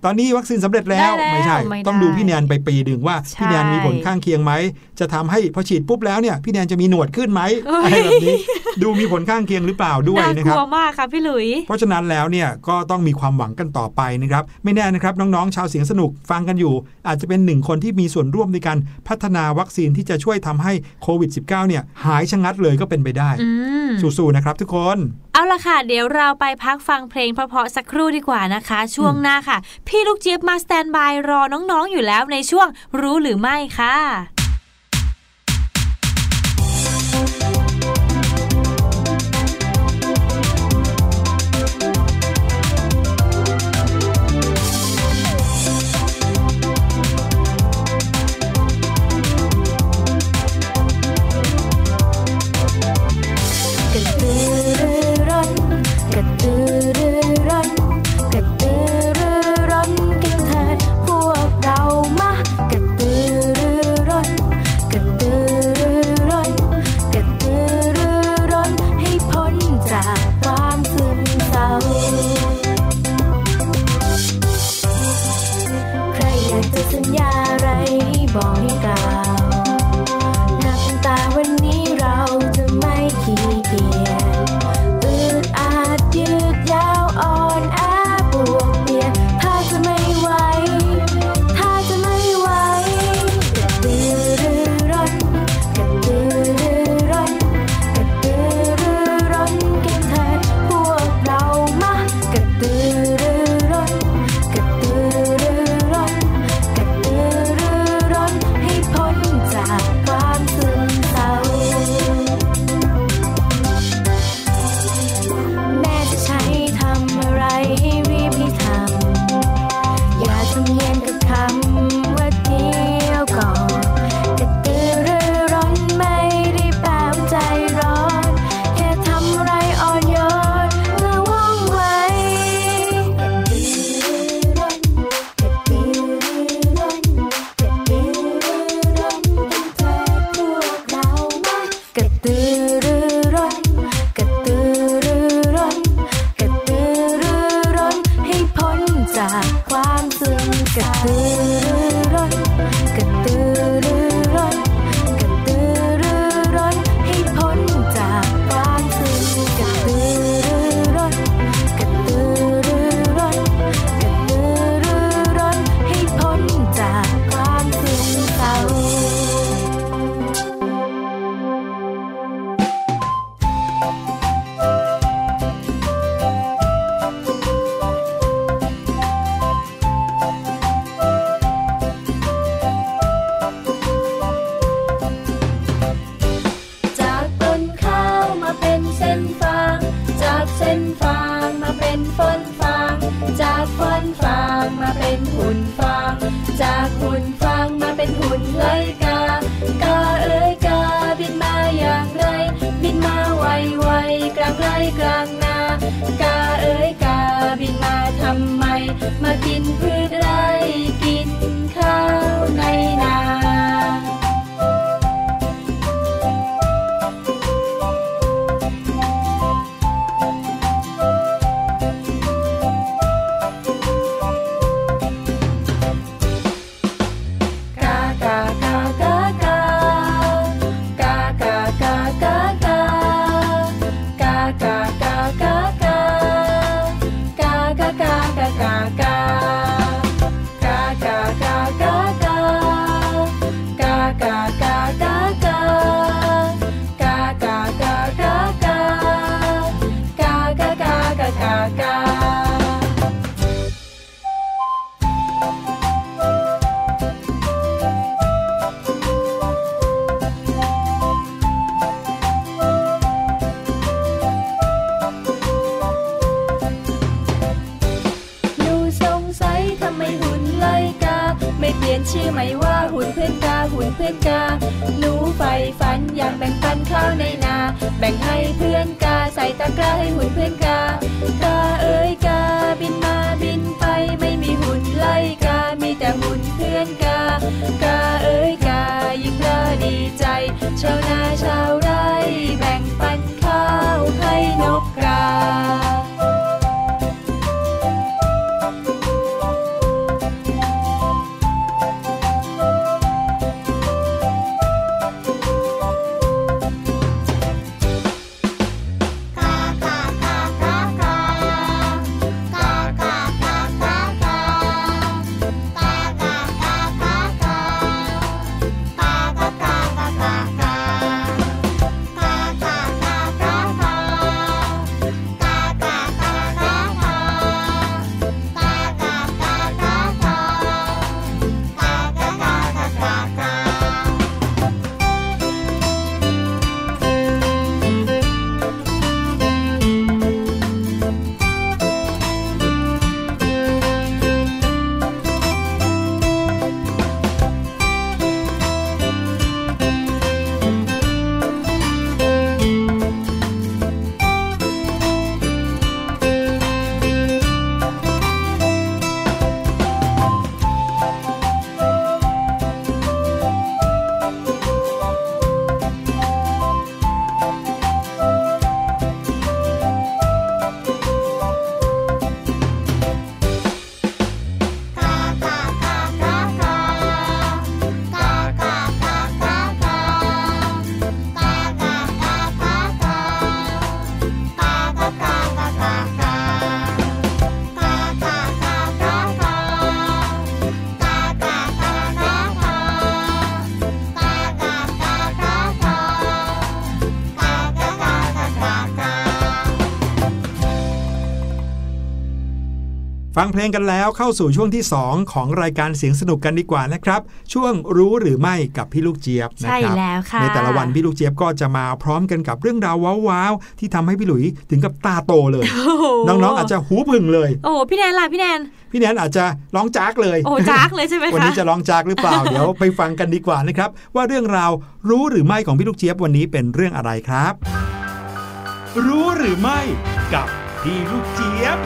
ตอนนี้วัคซีนสำเร็จแล้วไม่ใช่ต้องดูพี่แนนไปปีดึงว่าพี่แนนมีผลข้างเคียงไหมจะทำให้พอฉีดปุ๊บแล้วเนี่ยพี่แนนจะมีหนวดขึ้นไหมอะไรแบบนี้ดูมีผลข้างเคียงหรือเปล่าด้วยนะครับน่ากลัวมากค่ะพี่หลุยเพราะฉะนั้นแล้วเนี่ยก็ต้องมีความหวังกันต่อไปนะครับไม่แน่นะครับน้องๆชาวเสียงสนุกฟังกันอยู่อาจจะเป็นหนึ่งคนที่มีส่วนร่วมในการพัฒนาวัคซีนที่จะช่วยทำให้โควิด สิบเก้า เนี่ยหายชะงัดเลยก็เป็นไปได้สู้ๆนะครับทุกคนเอาล่ะค่ะเดี๋ยวเราไปพักฟังเพลงเพราะๆสักครู่ดีกว่านะคะช่วงหน้าค่ะพี่ลูกเจี๊ยบมาสแตนบายรอน้องๆอยู่แล้วในช่วงรู้หรือไม่ค่ะชื่อไหมว่าหุ่นเพื่อนกาหุ่นเพื่อนกาหนูใฝ่ฝันอยากแบ่งปันข้าวในนาแบ่งให้เพื่อนกาใส่ตะกร้าให้หุ่นเพื่อนกากาเอ้ยกาบินมาบินไปไม่มีหุ่นไล่กามีแต่หุ่นเพื่อนกากาเอ้ยกายิ่งละดีใจชาวนาชาวไร่แบ่งปันข้าวให้นกกาฟังเพลงกันแล้วเข้าสู่ช่วงที่สองของรายการเสียงสนุกกันดีกว่านะครับช่วงรู้หรือไม่กับพี่ลูกเจี๊ยบนะครับใช่แล้วค่ะในแต่ละวันพี่ลูกเจี๊ยบก็จะมาพร้อมกันกับเรื่องราวว้าวๆที่ทำให้พี่หลุยถึงกับตาโตเลย น้องๆอาจจะหูผึ่งเลยโอ้พี่แนนล่ะพี่แนนพี่แนนอาจจะร้องจากเลยโอ้จากเลยใช่ไหมคะวันนี้จะร้องจากหรือเปล่า เดี๋ยวไปฟังกันดีกว่านะครับว่าเรื่องราวรู้หรือไม่ของพี่ลูกเจี๊ยบวันนี้เป็นเรื่องอะไรครับรู้หรือไม่กับพี่ลูกเจี๊ยบ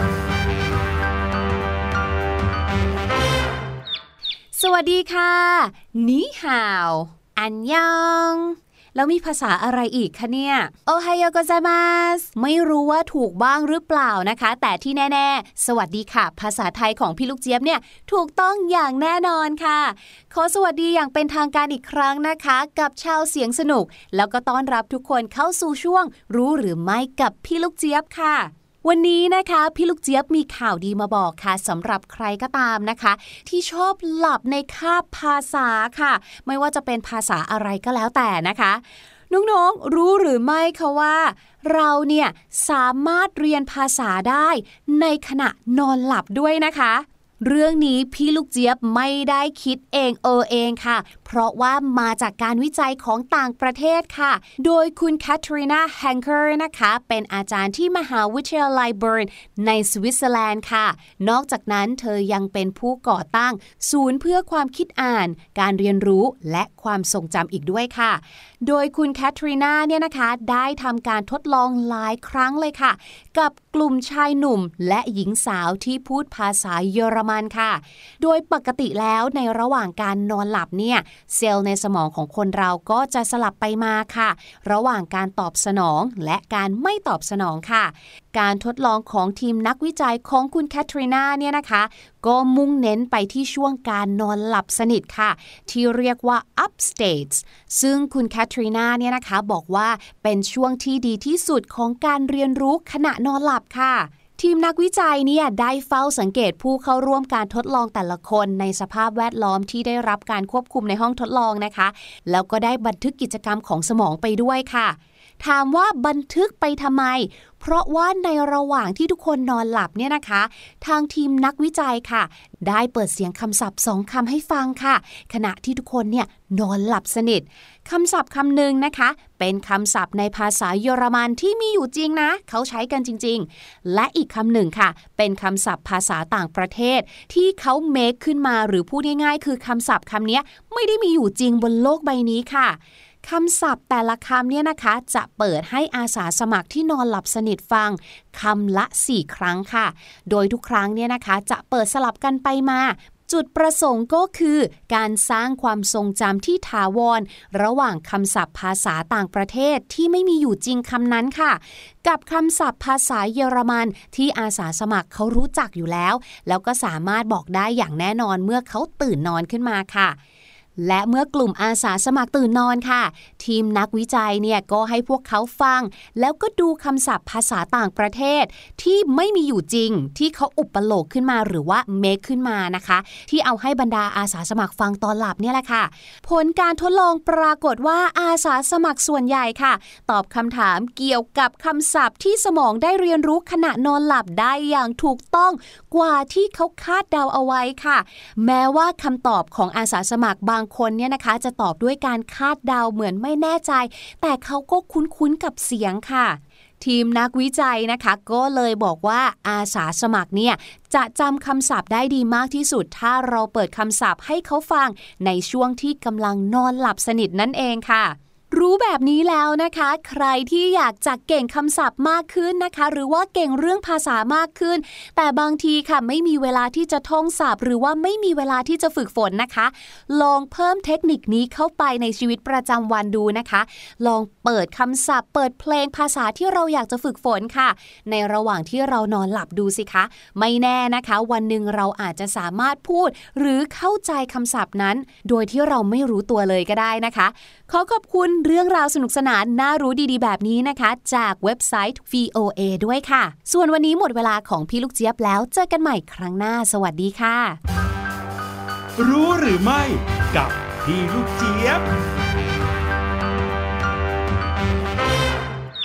สวัสดีค่ะนี่ห่าวอันยองแล้วมีภาษาอะไรอีกคะเนี่ยโอไฮโอโกไซมัสไม่รู้ว่าถูกบ้างหรือเปล่านะคะแต่ที่แน่ๆสวัสดีค่ะภาษาไทยของพี่ลูกเจี๊ยบเนี่ยถูกต้องอย่างแน่นอนค่ะขอสวัสดีอย่างเป็นทางการอีกครั้งนะคะกับชาวเสียงสนุกแล้วก็ต้อนรับทุกคนเข้าสู่ช่วงรู้หรือไม่กับพี่ลูกเจี๊ยบค่ะวันนี้นะคะพี่ลูกเจี๊ยบมีข่าวดีมาบอกค่ะสำหรับใครก็ตามนะคะที่ชอบหลับในคาบภาษาค่ะไม่ว่าจะเป็นภาษาอะไรก็แล้วแต่นะคะน้องๆรู้หรือไม่คะว่าเราเนี่ยสามารถเรียนภาษาได้ในขณะนอนหลับด้วยนะคะเรื่องนี้พี่ลูกเจี๊ยบไม่ได้คิดเองเออเองค่ะเพราะว่ามาจากการวิจัยของต่างประเทศค่ะโดยคุณแคทรีนาแฮงเกอร์นะคะเป็นอาจารย์ที่มหาวิทยาลัยเบิร์นในสวิตเซอร์แลนด์ค่ะนอกจากนั้นเธอยังเป็นผู้ก่อตั้งศูนย์เพื่อความคิดอ่านการเรียนรู้และความทรงจำอีกด้วยค่ะโดยคุณแคทรีนาเนี่ยนะคะได้ทำการทดลองหลายครั้งเลยค่ะกับกลุ่มชายหนุ่มและหญิงสาวที่พูดภาษาเยอรมันค่ะโดยปกติแล้วในระหว่างการนอนหลับเนี่ยเซลล์ในสมองของคนเราก็จะสลับไปมาค่ะระหว่างการตอบสนองและการไม่ตอบสนองค่ะการทดลองของทีมนักวิจัยของคุณแคทรีนาเนี่ยนะคะก็มุ่งเน้นไปที่ช่วงการนอนหลับสนิทค่ะที่เรียกว่า up states ซึ่งคุณแคทรีนาเนี่ยนะคะบอกว่าเป็นช่วงที่ดีที่สุดของการเรียนรู้ขณะนอนหลับค่ะทีมนักวิจัยเนี่ยได้เฝ้าสังเกตผู้เข้าร่วมการทดลองแต่ละคนในสภาพแวดล้อมที่ได้รับการควบคุมในห้องทดลองนะคะแล้วก็ได้บันทึกกิจกรรมของสมองไปด้วยค่ะถามว่าบันทึกไปทำไมเพราะว่าในระหว่างที่ทุกคนนอนหลับเนี่ยนะคะทางทีมนักวิจัยค่ะได้เปิดเสียงคำศัพท์สองคำให้ฟังค่ะขณะที่ทุกคนเนี่ยนอนหลับสนิทคำศัพท์คำหนึ่งนะคะเป็นคำศัพท์ในภาษาเยอรมันที่มีอยู่จริงนะเขาใช้กันจริงๆและอีกคำหนึ่งค่ะเป็นคำศัพท์ภาษาต่างประเทศที่เขาเมคขึ้นมาหรือพูดง่ายๆคือคำศัพท์คำนี้ไม่ได้มีอยู่จริงบนโลกใบนี้ค่ะคำศัพท์แต่ละคำเนี่ยนะคะจะเปิดให้อาสาสมัครที่นอนหลับสนิทฟังคำละสี่ครั้งค่ะโดยทุกครั้งเนี่ยนะคะจะเปิดสลับกันไปมาจุดประสงค์ก็คือการสร้างความทรงจำที่ถาวรระหว่างคำศัพท์ภาษาต่างประเทศที่ไม่มีอยู่จริงคำนั้นค่ะกับคำศัพท์ภาษาเยอรมันที่อาสาสมัครเขารู้จักอยู่แล้วแล้วก็สามารถบอกได้อย่างแน่นอนเมื่อเขาตื่นนอนขึ้นมาค่ะและเมื่อกลุ่มอาสาสมัครตื่นนอนค่ะทีมนักวิจัยเนี่ยก็ให้พวกเขาฟังแล้วก็ดูคำศัพท์ภาษาต่างประเทศที่ไม่มีอยู่จริงที่เขาอุปโลกขึ้นมาหรือว่าเมคขึ้นมานะคะที่เอาให้บรรดาอาสาสมัครฟังตอนหลับเนี่ยแหละค่ะผลการทดลองปรากฏว่าอาสาสมัครส่วนใหญ่ค่ะตอบคำถามเกี่ยวกับคำศัพท์ที่สมองได้เรียนรู้ขณะนอนหลับได้อย่างถูกต้องกว่าที่เขาคาดเดาเอาไว้ค่ะแม้ว่าคำตอบของอาสาสมัครบางคนเนี่ยนะคะจะตอบด้วยการคาดเดาเหมือนไม่แน่ใจแต่เขาก็คุ้นๆกับเสียงค่ะทีมนักวิจัยนะคะก็เลยบอกว่าอาสาสมัครเนี่ยจะจำคำศัพท์ได้ดีมากที่สุดถ้าเราเปิดคำศัพท์ให้เขาฟังในช่วงที่กำลังนอนหลับสนิทนั่นเองค่ะรู้แบบนี้แล้วนะคะใครที่อยากจะเก่งคำศัพท์มากขึ้นนะคะหรือว่าเก่งเรื่องภาษามากขึ้นแต่บางทีค่ะไม่มีเวลาที่จะท่องศัพท์หรือว่าไม่มีเวลาที่จะฝึกฝนนะคะลองเพิ่มเทคนิคนี้เข้าไปในชีวิตประจำวันดูนะคะลองเปิดคำศัพท์เปิดเพลงภาษาที่เราอยากจะฝึกฝนค่ะในระหว่างที่เรานอนหลับดูสิคะไม่แน่นะคะวันหนึ่งเราอาจจะสามารถพูดหรือเข้าใจคำศัพท์นั้นโดยที่เราไม่รู้ตัวเลยก็ได้นะคะขอขอบคุณเรื่องราวสนุกสนานน่ารู้ดีๆแบบนี้นะคะจากเว็บไซต์ วี โอ เอ ด้วยค่ะส่วนวันนี้หมดเวลาของพี่ลูกเจี๊ยบแล้วเจอกันใหม่ครั้งหน้าสวัสดีค่ะรู้หรือไม่กับพี่ลูกเจี๊ยบ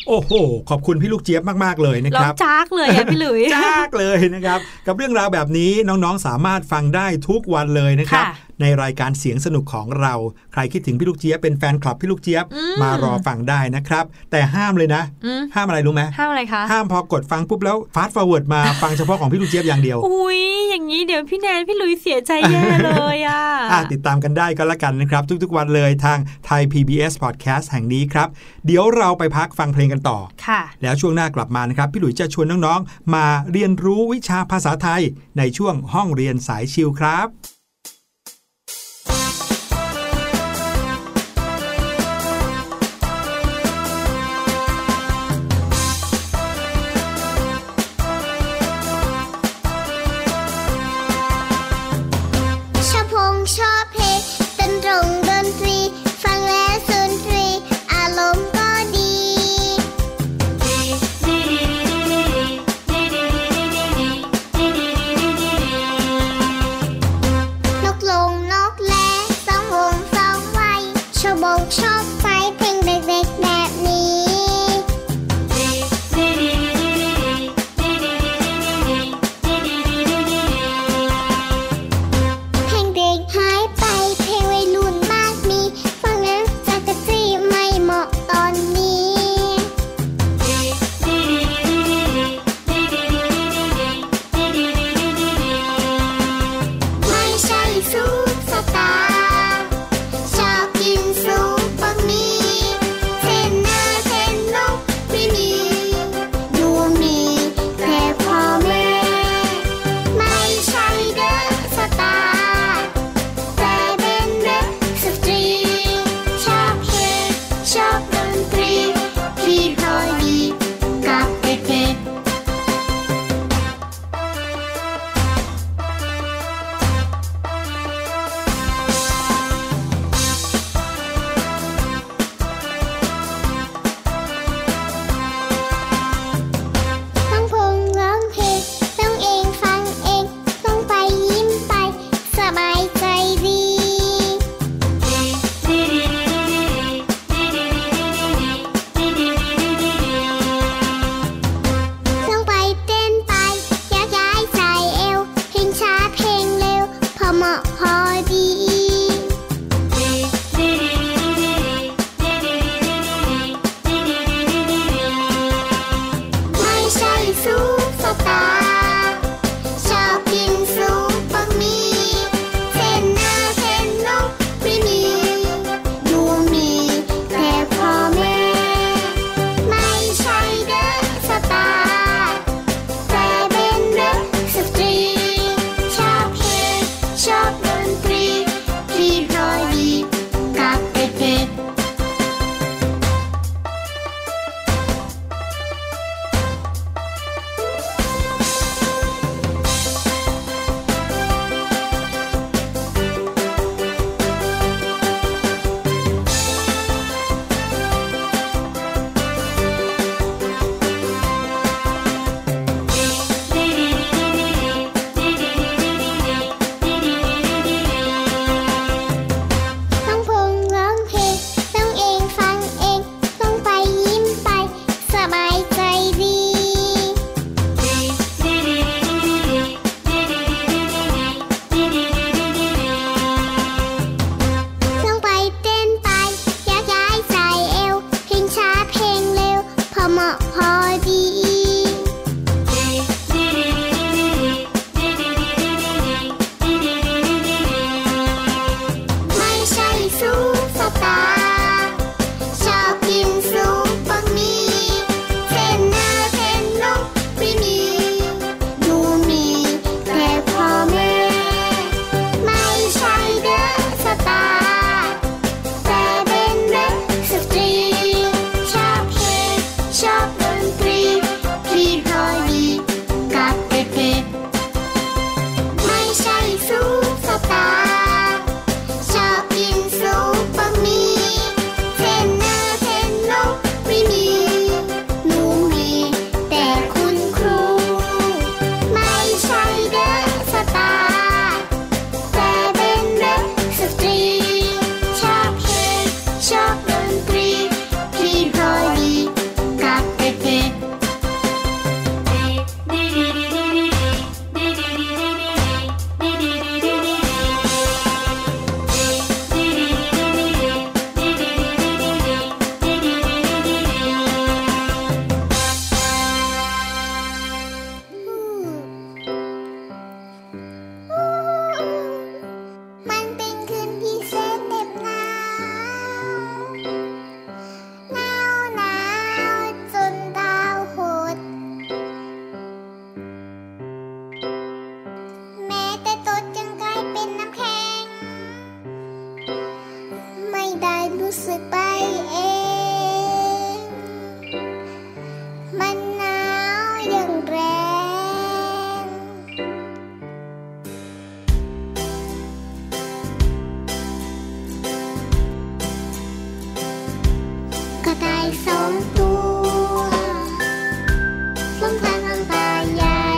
โอ้โหขอบคุณพี่ลูกเจี๊ยบมากๆเลยนะครับร้องจากเลยอ่ะพี่หลุยจากเลยนะครับกับเรื่องราวแบบนี้น้องๆสามารถฟังได้ทุกวันเลยนะครับในรายการเสียงสนุกของเราใครคิดถึงพี่ลูกเจี๊ยบเป็นแฟนคลับพี่ลูกเจี๊ยบมารอฟังได้นะครับแต่ห้ามเลยนะห้ามอะไรรู้ไหมห้ามอะไรคะห้ามพอกดฟังปุ๊บแล้วฟาสต์ฟอร์เวิร์ดมาฟังเฉพาะของพี่ลูกเจี๊ยบอย่างเดียวอุ้ยอย่างนี้เดี๋ยวพี่แนนพี่ลุยเสียใจแย่เลยอ่ะติดตามกันได้ก็แล้วกันนะครับทุกๆวันเลยทาง Thai พี บี เอส Podcast แห่งนี้ครับเดี๋ยวเราไปพักฟังเพลงกันต่อค่ะแล้วช่วงหน้ากลับมานะครับพี่หลุยจะชวนน้องๆมาเรียนรู้วิชาภาษาไทยในช่วงห้องเรียนสายชิลครับชอบเพลงเต้นตรงดนตรีฟังแล้วสุนทรีอารมณ์ก็ดีนกลงนกแลสองวงสองไว้ชอบบกชอบไฟเพลงเด็กๆแบบนี้ชอบดนเองมันหนาวอย่างแรงกระต่ายสองตัวสงครามทางป่าใหญ่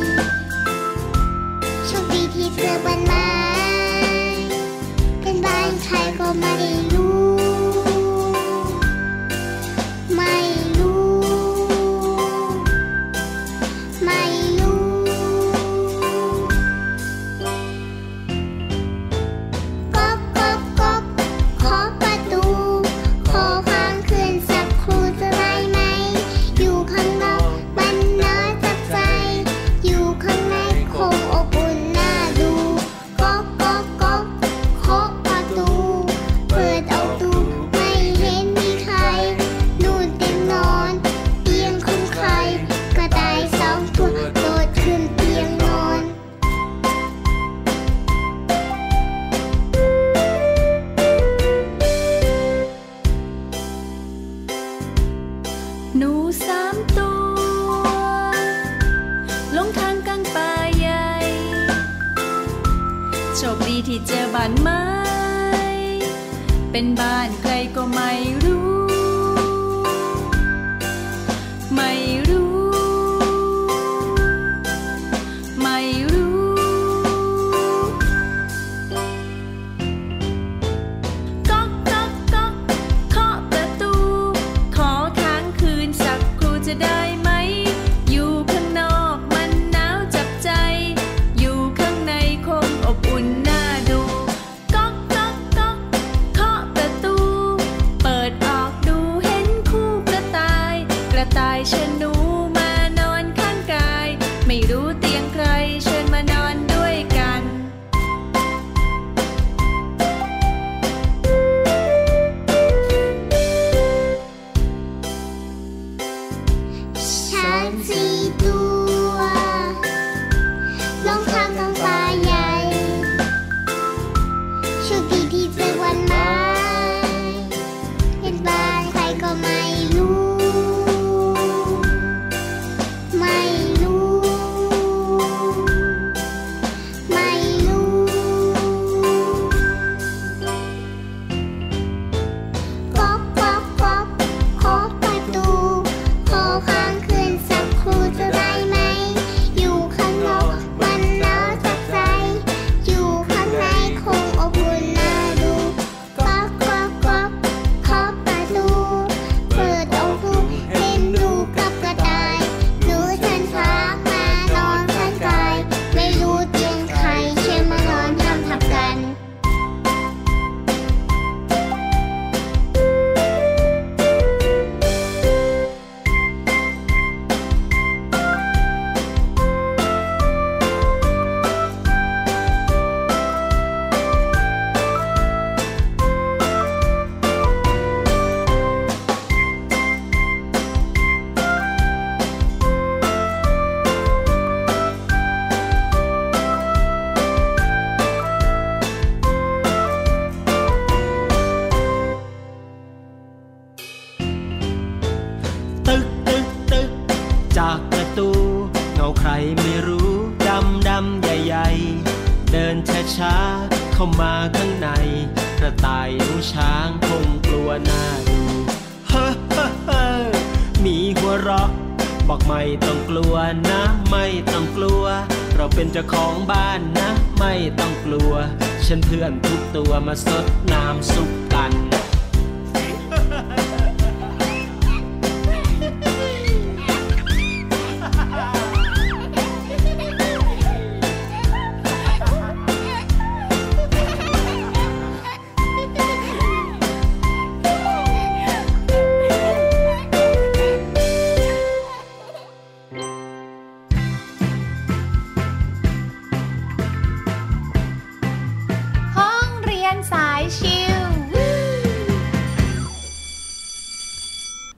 โชคดีที่เจอบ้านไม้เป็นบ้านใครก็ไม่รู้ไม่รู้ไม่รู้ก๊อกก๊อกก๊อกขอประตูขอค้างคืนสักครู่จะได้ไหมอยู่ข้างนอกมันน่าจับใจอยู่ข้างในคงอบอุ่นน่าดูก๊อกก๊อกก๊อกขอประตูเปิดเอาตู้ไม่เห็นมีใครนู่นเตียงนอนเตียงของใครกระต่ายสองตัวโดดขึ้นเตียงนอนหนูสามตัวหลงทางกลางป่าใหญ่โชคดีที่เจอบ้านไม้เป็นบ้านใครก็ไม่รู้ไม่รู้ไม่รู้ก๊อกก๊อกก๊อกเคาะประตูขอค้างคืนสักครู่จะได้ไหมอยู่ข้างนอกมันหนาวจับใจอยู่ข้างในคงอบอุ่นน่าดูก๊อกก๊อกก๊อกเคาะประตูเปิดออกดูเห็นคู่กระต่ายกระต่ายเชิญหนูมานอนข้างกายไม่รู้เตียงใครเชิญมานอนด้วยกันช้างสี่ตัวลงทางกลางป่าใหญ่โชคดีที่เจอวันไม้เป็นบ้านใครก็ไม่รู้ไม่รู้ไม่รู้ก๊อกก๊อกก๊อกขอประตูขอค้างคืนสักครู่จะได้ไหมอยู่ข้างนอกมันหนาวจับใจอยู่ข้างในคงอบอุ่นน่าดูก๊อกก๊อกก๊อกขอประตูเปิดเอาตู้เห็นดูกับกระต่ายหนูฉันช้างมานอนข้างกายไม่รู้เตียงใครเชื่อมานอนทำทับกันตึกตึกตึกจากประตูเงาใครไม่รู้ดำดำใหญ่ๆเดินช้าช้าๆเข้ามาข้างในกระต่ายหนูช้างคงกลัวหน้าดูเฮ้อเฮ้อเฮ้อมีหัวเราะบอกไม่ต้องกลัวนะไม่ต้องกลัวเราเป็นเจ้าของบ้านนะไม่ต้องกลัวฉันเพื่อนทุกตัวมาสดน้ำซุปกันห้องเรียนสายชิล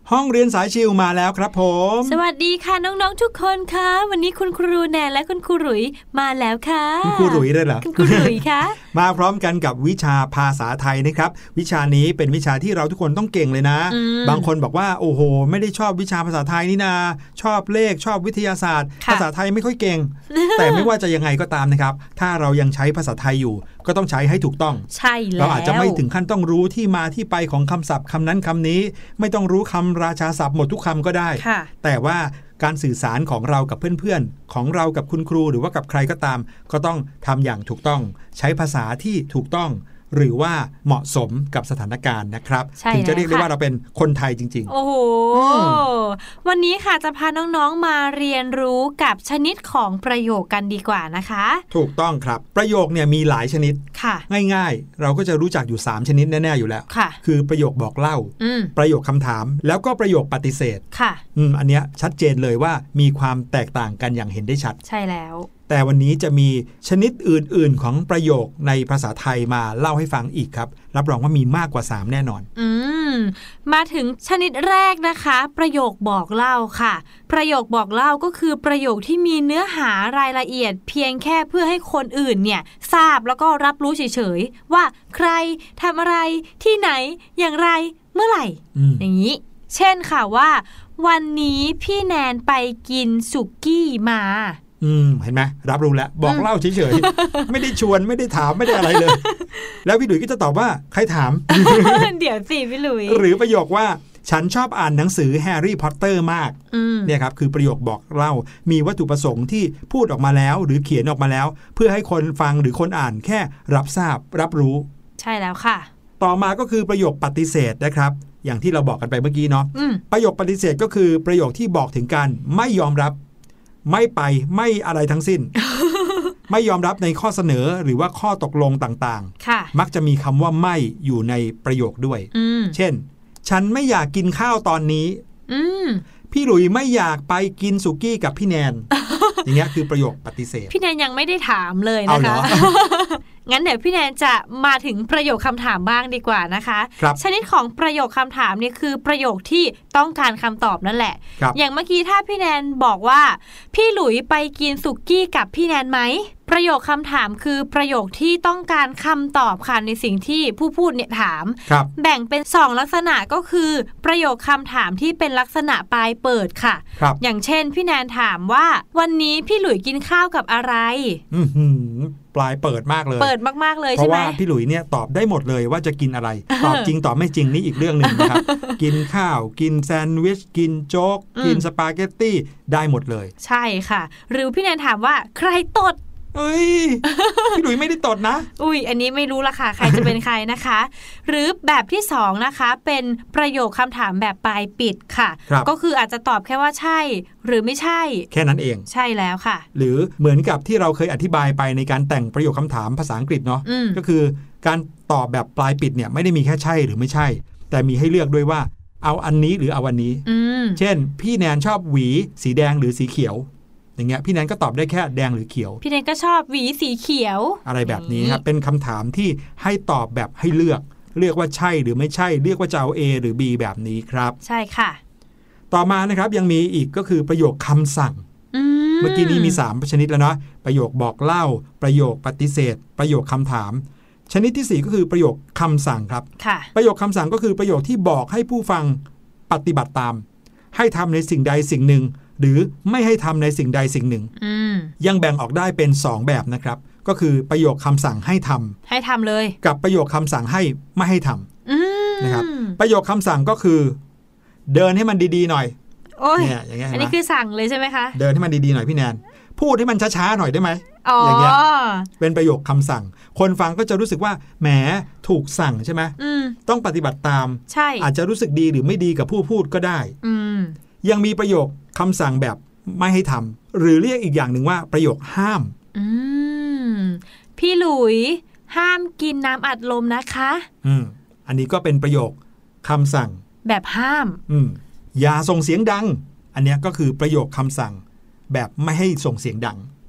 ห้องเรียนสายชิลมาแล้วครับผมสวัสดีค่ะน้องๆทุกคนค่ะวันนี้คุณครูแนนและคุณครูหลุยมาแล้วค่ะคุณครูหลุยเลยเหรอคุณครูหลุยค่ะมาพร้อมกันกับวิชาภาษาไทยนะครับวิชานี้เป็นวิชาที่เราทุกคนต้องเก่งเลยนะบางคนบอกว่าโอ้โหไม่ได้ชอบวิชาภาษาไทยนี่นาชอบเลขชอบวิทยาศาสตร์ภาษาไทยไม่ค่อยเก่ง แต่ไม่ว่าจะยังไงก็ตามนะครับถ้าเรายังใช้ภาษาไทยอยู่ก็ต้องใช้ให้ถูกต้องใช่แล้วเราอาจจะไม่ถึงขั้นต้องรู้ที่มาที่ไปของคำศัพท์คำนั้นคำนี้ไม่ต้องรู้คำราชาศัพท์หมดทุกคำก็ได้แต่ว่าการสื่อสารของเรากับเพื่อนๆของเรากับคุณครูหรือว่ากับใครก็ตามก็ต้องทำอย่างถูกต้องใช้ภาษาที่ถูกต้องหรือว่าเหมาะสมกับสถานการณ์นะครับถึงจะเรียกได้ว่าเราเป็นคนไทยจริงๆโอ้โหวันนี้ค่ะจะพาน้องๆมาเรียนรู้กับชนิดของประโยคกันดีกว่านะคะถูกต้องครับประโยคเนี่ยมีหลายชนิดง่ายๆเราก็จะรู้จักอยู่สามชนิดแน่ๆอยู่แล้วคือประโยคบอกเล่าประโยคคำถามแล้วก็ประโยคปฏิเสธค่ะอืมอันเนี้ยชัดเจนเลยว่ามีความแตกต่างกันอย่างเห็นได้ชัดใช่แล้วแต่วันนี้จะมีชนิดอื่นๆของประโยคในภาษาไทยมาเล่าให้ฟังอีกครับรับรองว่ามีมากกว่าสามแน่นอนอืมมาถึงชนิดแรกนะคะประโยคบอกเล่าค่ะประโยคบอกเล่าก็คือประโยคที่มีเนื้อหารายละเอียดเพียงแค่เพื่อให้คนอื่นเนี่ยทราบแล้วก็รับรู้เฉยๆว่าใครทำอะไรที่ไหนอย่างไรเมื่อไหร่ อ, อย่างนี้เช่นค่ะว่าวันนี้พี่แนนไปกินสุกี้มาอืมเห็นไหมรับรู้แล้วบอกเล่าเฉยๆ ไม่ได้ชวนไม่ได้ถามไม่ได้อะไรเลย แล้วพี่หลุยก็จะตอบว่าใครถามเดี๋ยวสิพี่หลุยหรือประโยคว่าฉันชอบอ่านหนังสือแฮร์รี่พอตเตอร์มากเนี่ยครับคือประโยคบอกเล่ามีวัตถุประสงค์ที่พูดออกมาแล้วหรือเขียนออกมาแล้วเพื่อให้คนฟังหรือคนอ่านแค่รับทราบรับรู้ใช่แล้วค่ะต่อมาก็คือประโยคปฏิเสธนะครับอย่างที่เราบอกกันไปเมื่อกี้เนาะประโยคปฏิเสธก็คือประโยคที่บอกถึงการไม่ยอมรับไม่ไปไม่อะไรทั้งสิ้น ไม่ยอมรับในข้อเสนอหรือว่าข้อตกลงต่างๆมักจะมีคำว่าไม่อยู่ในประโยคด้วยเช่นฉันไม่อยากกินข้าวตอนนี้พี่หลุยไม่อยากไปกินสุกี้กับพี่แนน อย่างเงี้ยคือประโยคปฏิเสธพี่แนนยังไม่ได้ถามเลยนะคะ งั้นเดี๋ยวพี่แนนจะมาถึงประโยคคำถามบ้างดีกว่านะคะชนิดของประโยคคำถามเนี่ยคือประโยคที่ต้องการคำตอบนั่นแหละอย่างเมื่อกี้ถ้าพี่แนนบอกว่าพี่หลุยไปกินสุกี้กับพี่แนนไหมประโยคคำถามคือประโยคที่ต้องการคำตอบค่ะในสิ่งที่ผู้พูดเนี่ยถามแบ่งเป็นสองลักษณะก็คือประโยคคำถามที่เป็นลักษณะปลายเปิดค่ะอย่างเช่นพี่แนนถามว่าวันนี้พี่หลุยกินข้าวกับอะไรปลายเปิดมากเลยเปิดมากๆเลยใช่ไหมเพราะว่าพี่หลุยเนี่ยตอบได้หมดเลยว่าจะกินอะไรตอบจริงตอบไม่จริงนี่อีกเรื่องนึงนะครับ กินข้าวกินแซนด์วิชกินโจ๊กกินสปาเกตตี้ได้หมดเลยใช่ค่ะหรือพี่แนนถามว่าใครตดเอ้ยพี่หลุยไม่ได้ตดนะอุ้ยอันนี้ไม่รู้ละค่ะใครจะเป็นใครนะคะ หรือแบบที่สองนะคะเป็นประโยคคำถามแบบปลายปิดค่ะก็คืออาจจะตอบแค่ว่าใช่หรือไม่ใช่แค่นั้นเองใช่แล้วค่ะหรือเหมือนกับที่เราเคยอธิบายไปในการแต่งประโยคคำถามภาษาอังกฤษเนาะก็คือการตอบแบบปลายปิดเนี่ยไม่ได้มีแค่ใช่หรือไม่ใช่แต่มีให้เลือกด้วยว่าเอาอันนี้หรือเอาอันนี้เช่นพี่แนนชอบหวีสีแดงหรือสีเขียวอย่างเงี้ยพี่แนนก็ตอบได้แค่แดงหรือเขียวพี่แนนก็ชอบหวีสีเขียวอะไรแบบนี้ครับเป็นคำถามที่ให้ตอบแบบให้เลือกเลือกว่าใช่หรือไม่ใช่เลือกว่าจะเอา A หรือ B แบบนี้ครับใช่ค่ะต่อมานะครับยังมีอีกก็คือประโยคคำสั่งเมื่อกี้นี้มีสามชนิดแล้วเนาะประโยคบอกเล่าประโยคปฏิเสธประโยคคำถามชนิดที่สี่ก็คือประโยคคำสั่งครับประโยคคำสั่งก็คือประโยคที่บอกให้ผู้ฟังปฏิบัติตามให้ทำในสิ่งใดสิ่งหนึ่งหรือไม่ให้ทำในสิ่งใดสิ่งหนึ่งยังแบ่งออกได้เป็นสองแบบนะครับก็คือประโยคคำสั่งให้ทำให้ทำเลยกับประโยคคำสั่งให้ไม่ให้ทำนะครับประโยคคำสั่งก็คือเดินให้มันดีๆหน่อยเนี่ยอย่างเงี้ยอันนี้คือสั่งเลยใช่ไหมคะเดินให้มันดีๆหน่อยพี่แนนพูดให้มันช้าๆหน่อยได้ไหมอย่างเงี้ยเป็นประโยคคำสั่งคนฟังก็จะรู้สึกว่าแหมถูกสั่งใช่ไหมต้องปฏิบัติตามอาจจะรู้สึกดีหรือไม่ดีกับผู้พูดก็ได้ยังมีประโยคคำสั่งแบบไม่ให้ทำหรือเรียกอีกอย่างหนึ่งว่าประโยคห้ามอืมพี่หลุยห้ามกินน้ำอัดลมนะคะอืมอันนี้ก็เป็นประโยคคำสั่งแบบห้ามอืมอย่าส่งเสียงดังอันนี้ก็คือประโยคคำสั่งแบบไม่ให้ส่งเสียงดัง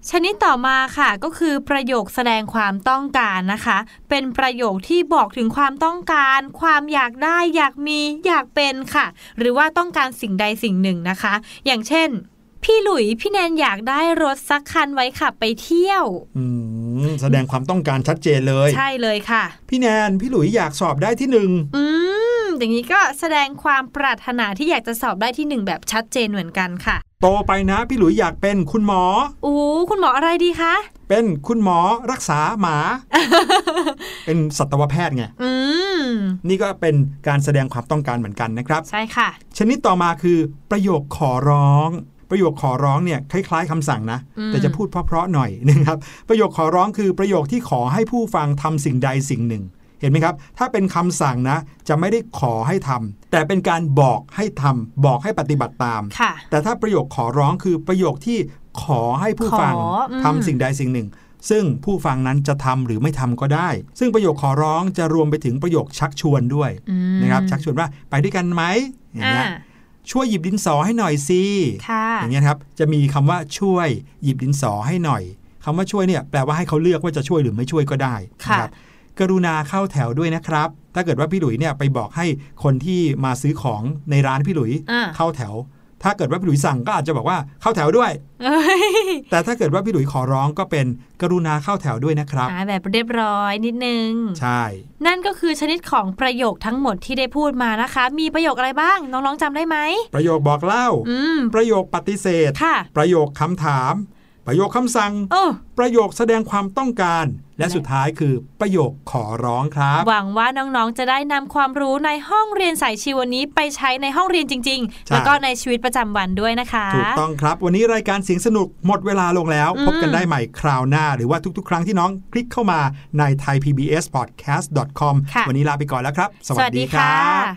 ชนิดต่อมาค่ะก็คือประโยคแสดงความต้องการนะคะเป็นประโยคที่บอกถึงความต้องการความอยากได้อยากมีอยากเป็นค่ะหรือว่าต้องการสิ่งใดสิ่งหนึ่งนะคะอย่างเช่นพี่หลุยพี่แนนอยากได้รถสักคันไว้ขับไปเที่ยวอืมแสดงความต้องการชัดเจนเลยใช่เลยค่ะพี่แนนพี่หลุยอยากสอบได้ที่หนึ่งอืมอย่างนี้ก็แสดงความปรารถนาที่อยากจะสอบได้ที่หนึ่งแบบชัดเจนเหมือนกันค่ะโตไปนะพี่หลุยอยากเป็นคุณหมอโอ้คุณหมออะไรดีคะเป็นคุณหมอรักษาหมา เป็นสัตวแพทย์ไงอืมนี่ก็เป็นการแสดงความต้องการเหมือนกันนะครับใช่ค่ะชนิดต่อมาคือประโยคขอร้องประโยคขอร้องเนี่ยคล้ายๆคำสั่งนะแต่จะพูดเพราะๆหน่อยนะครับประโยคขอร้องคือประโยคที่ขอให้ผู้ฟังทำสิ่งใดสิ่งหนึ่งเห็นไหมครับถ้าเป็นคำสั่งนะจะไม่ได้ขอให้ทำแต่เป็นการบอกให้ทำบอกให้ปฏิบัติตามแต่ถ้าประโยคขอร้องคือประโยคที่ขอให้ผู้ฟังทำสิ่งใดสิ่งหนึ่งซึ่งผู้ฟังนั้นจะทำหรือไม่ทำก็ได้ซึ่งประโยคขอร้องจะรวมไปถึงประโยคชักชวนด้วยนะครับชักชวนว่าไปด้วยกันไหมอย่างเงี้ยช่วยหยิบดินสอให้หน่อยสิอย่างเงี้ยครับจะมีคำว่าช่วยหยิบดินสอให้หน่อยคำว่าช่วยเนี่ยแปลว่าให้เขาเลือกว่าจะช่วยหรือไม่ช่วยก็ได้นะครับกรุณาเข้าแถวด้วยนะครับถ้าเกิดว่าพี่หลุยเนี่ยไปบอกให้คนที่มาซื้อของในร้านพี่หลุยเข้าแถวถ้าเกิดว่าพี่หลุยสั่งก็อาจจะบอกว่าเข้าแถวด้วย แต่ถ้าเกิดว่าพี่หลุยขอร้องก็เป็นกรุณาเข้าแถวด้วยนะครับแบบเรียบร้อยนิดนึงใช่นั่นก็คือชนิดของประโยคทั้งหมดที่ได้พูดมานะคะมีประโยคอะไรบ้างน้องๆจำได้ไหมประโยคบอกเล่าประโยคปฏิเสธประโยคคำถามประโยคคำสั่งประโยคแสดงความต้องการและสุดท้ายคือประโยคขอร้องครับหวังว่าน้องๆจะได้นำความรู้ในห้องเรียนสายชิววันนี้ไปใช้ในห้องเรียนจริงๆแล้วก็ในชีวิตประจำวันด้วยนะคะถูกต้องครับวันนี้รายการเสียงสนุกหมดเวลาลงแล้วพบกันได้ใหม่คราวหน้าหรือว่าทุกๆครั้งที่น้องคลิกเข้ามาใน ไทยพีบีเอสพอดแคสต์ ดอท คอม วันนี้ลาไปก่อนแล้วครับสวัสดีครับ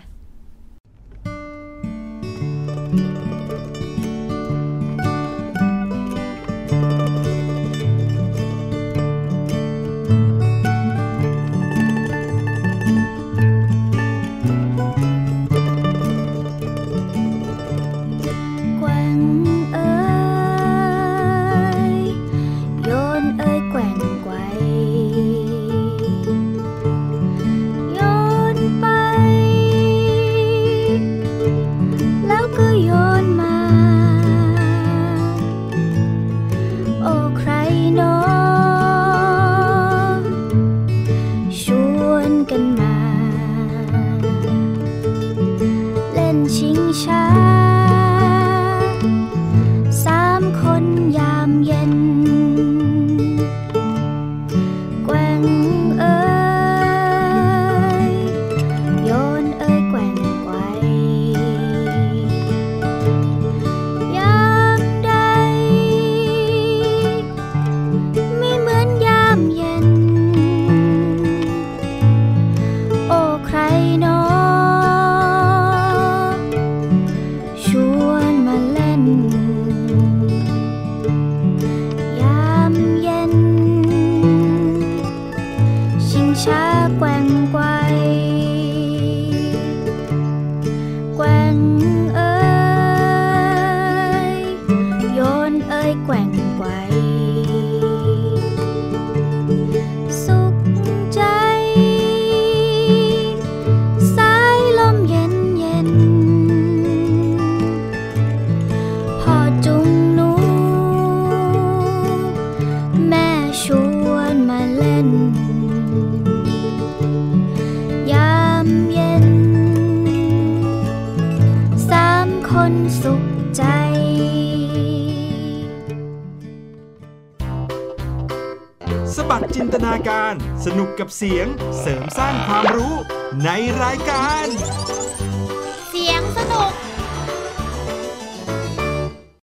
จินตนาการสนุกกับเสียงเสริมสร้างความรู้ในรายการ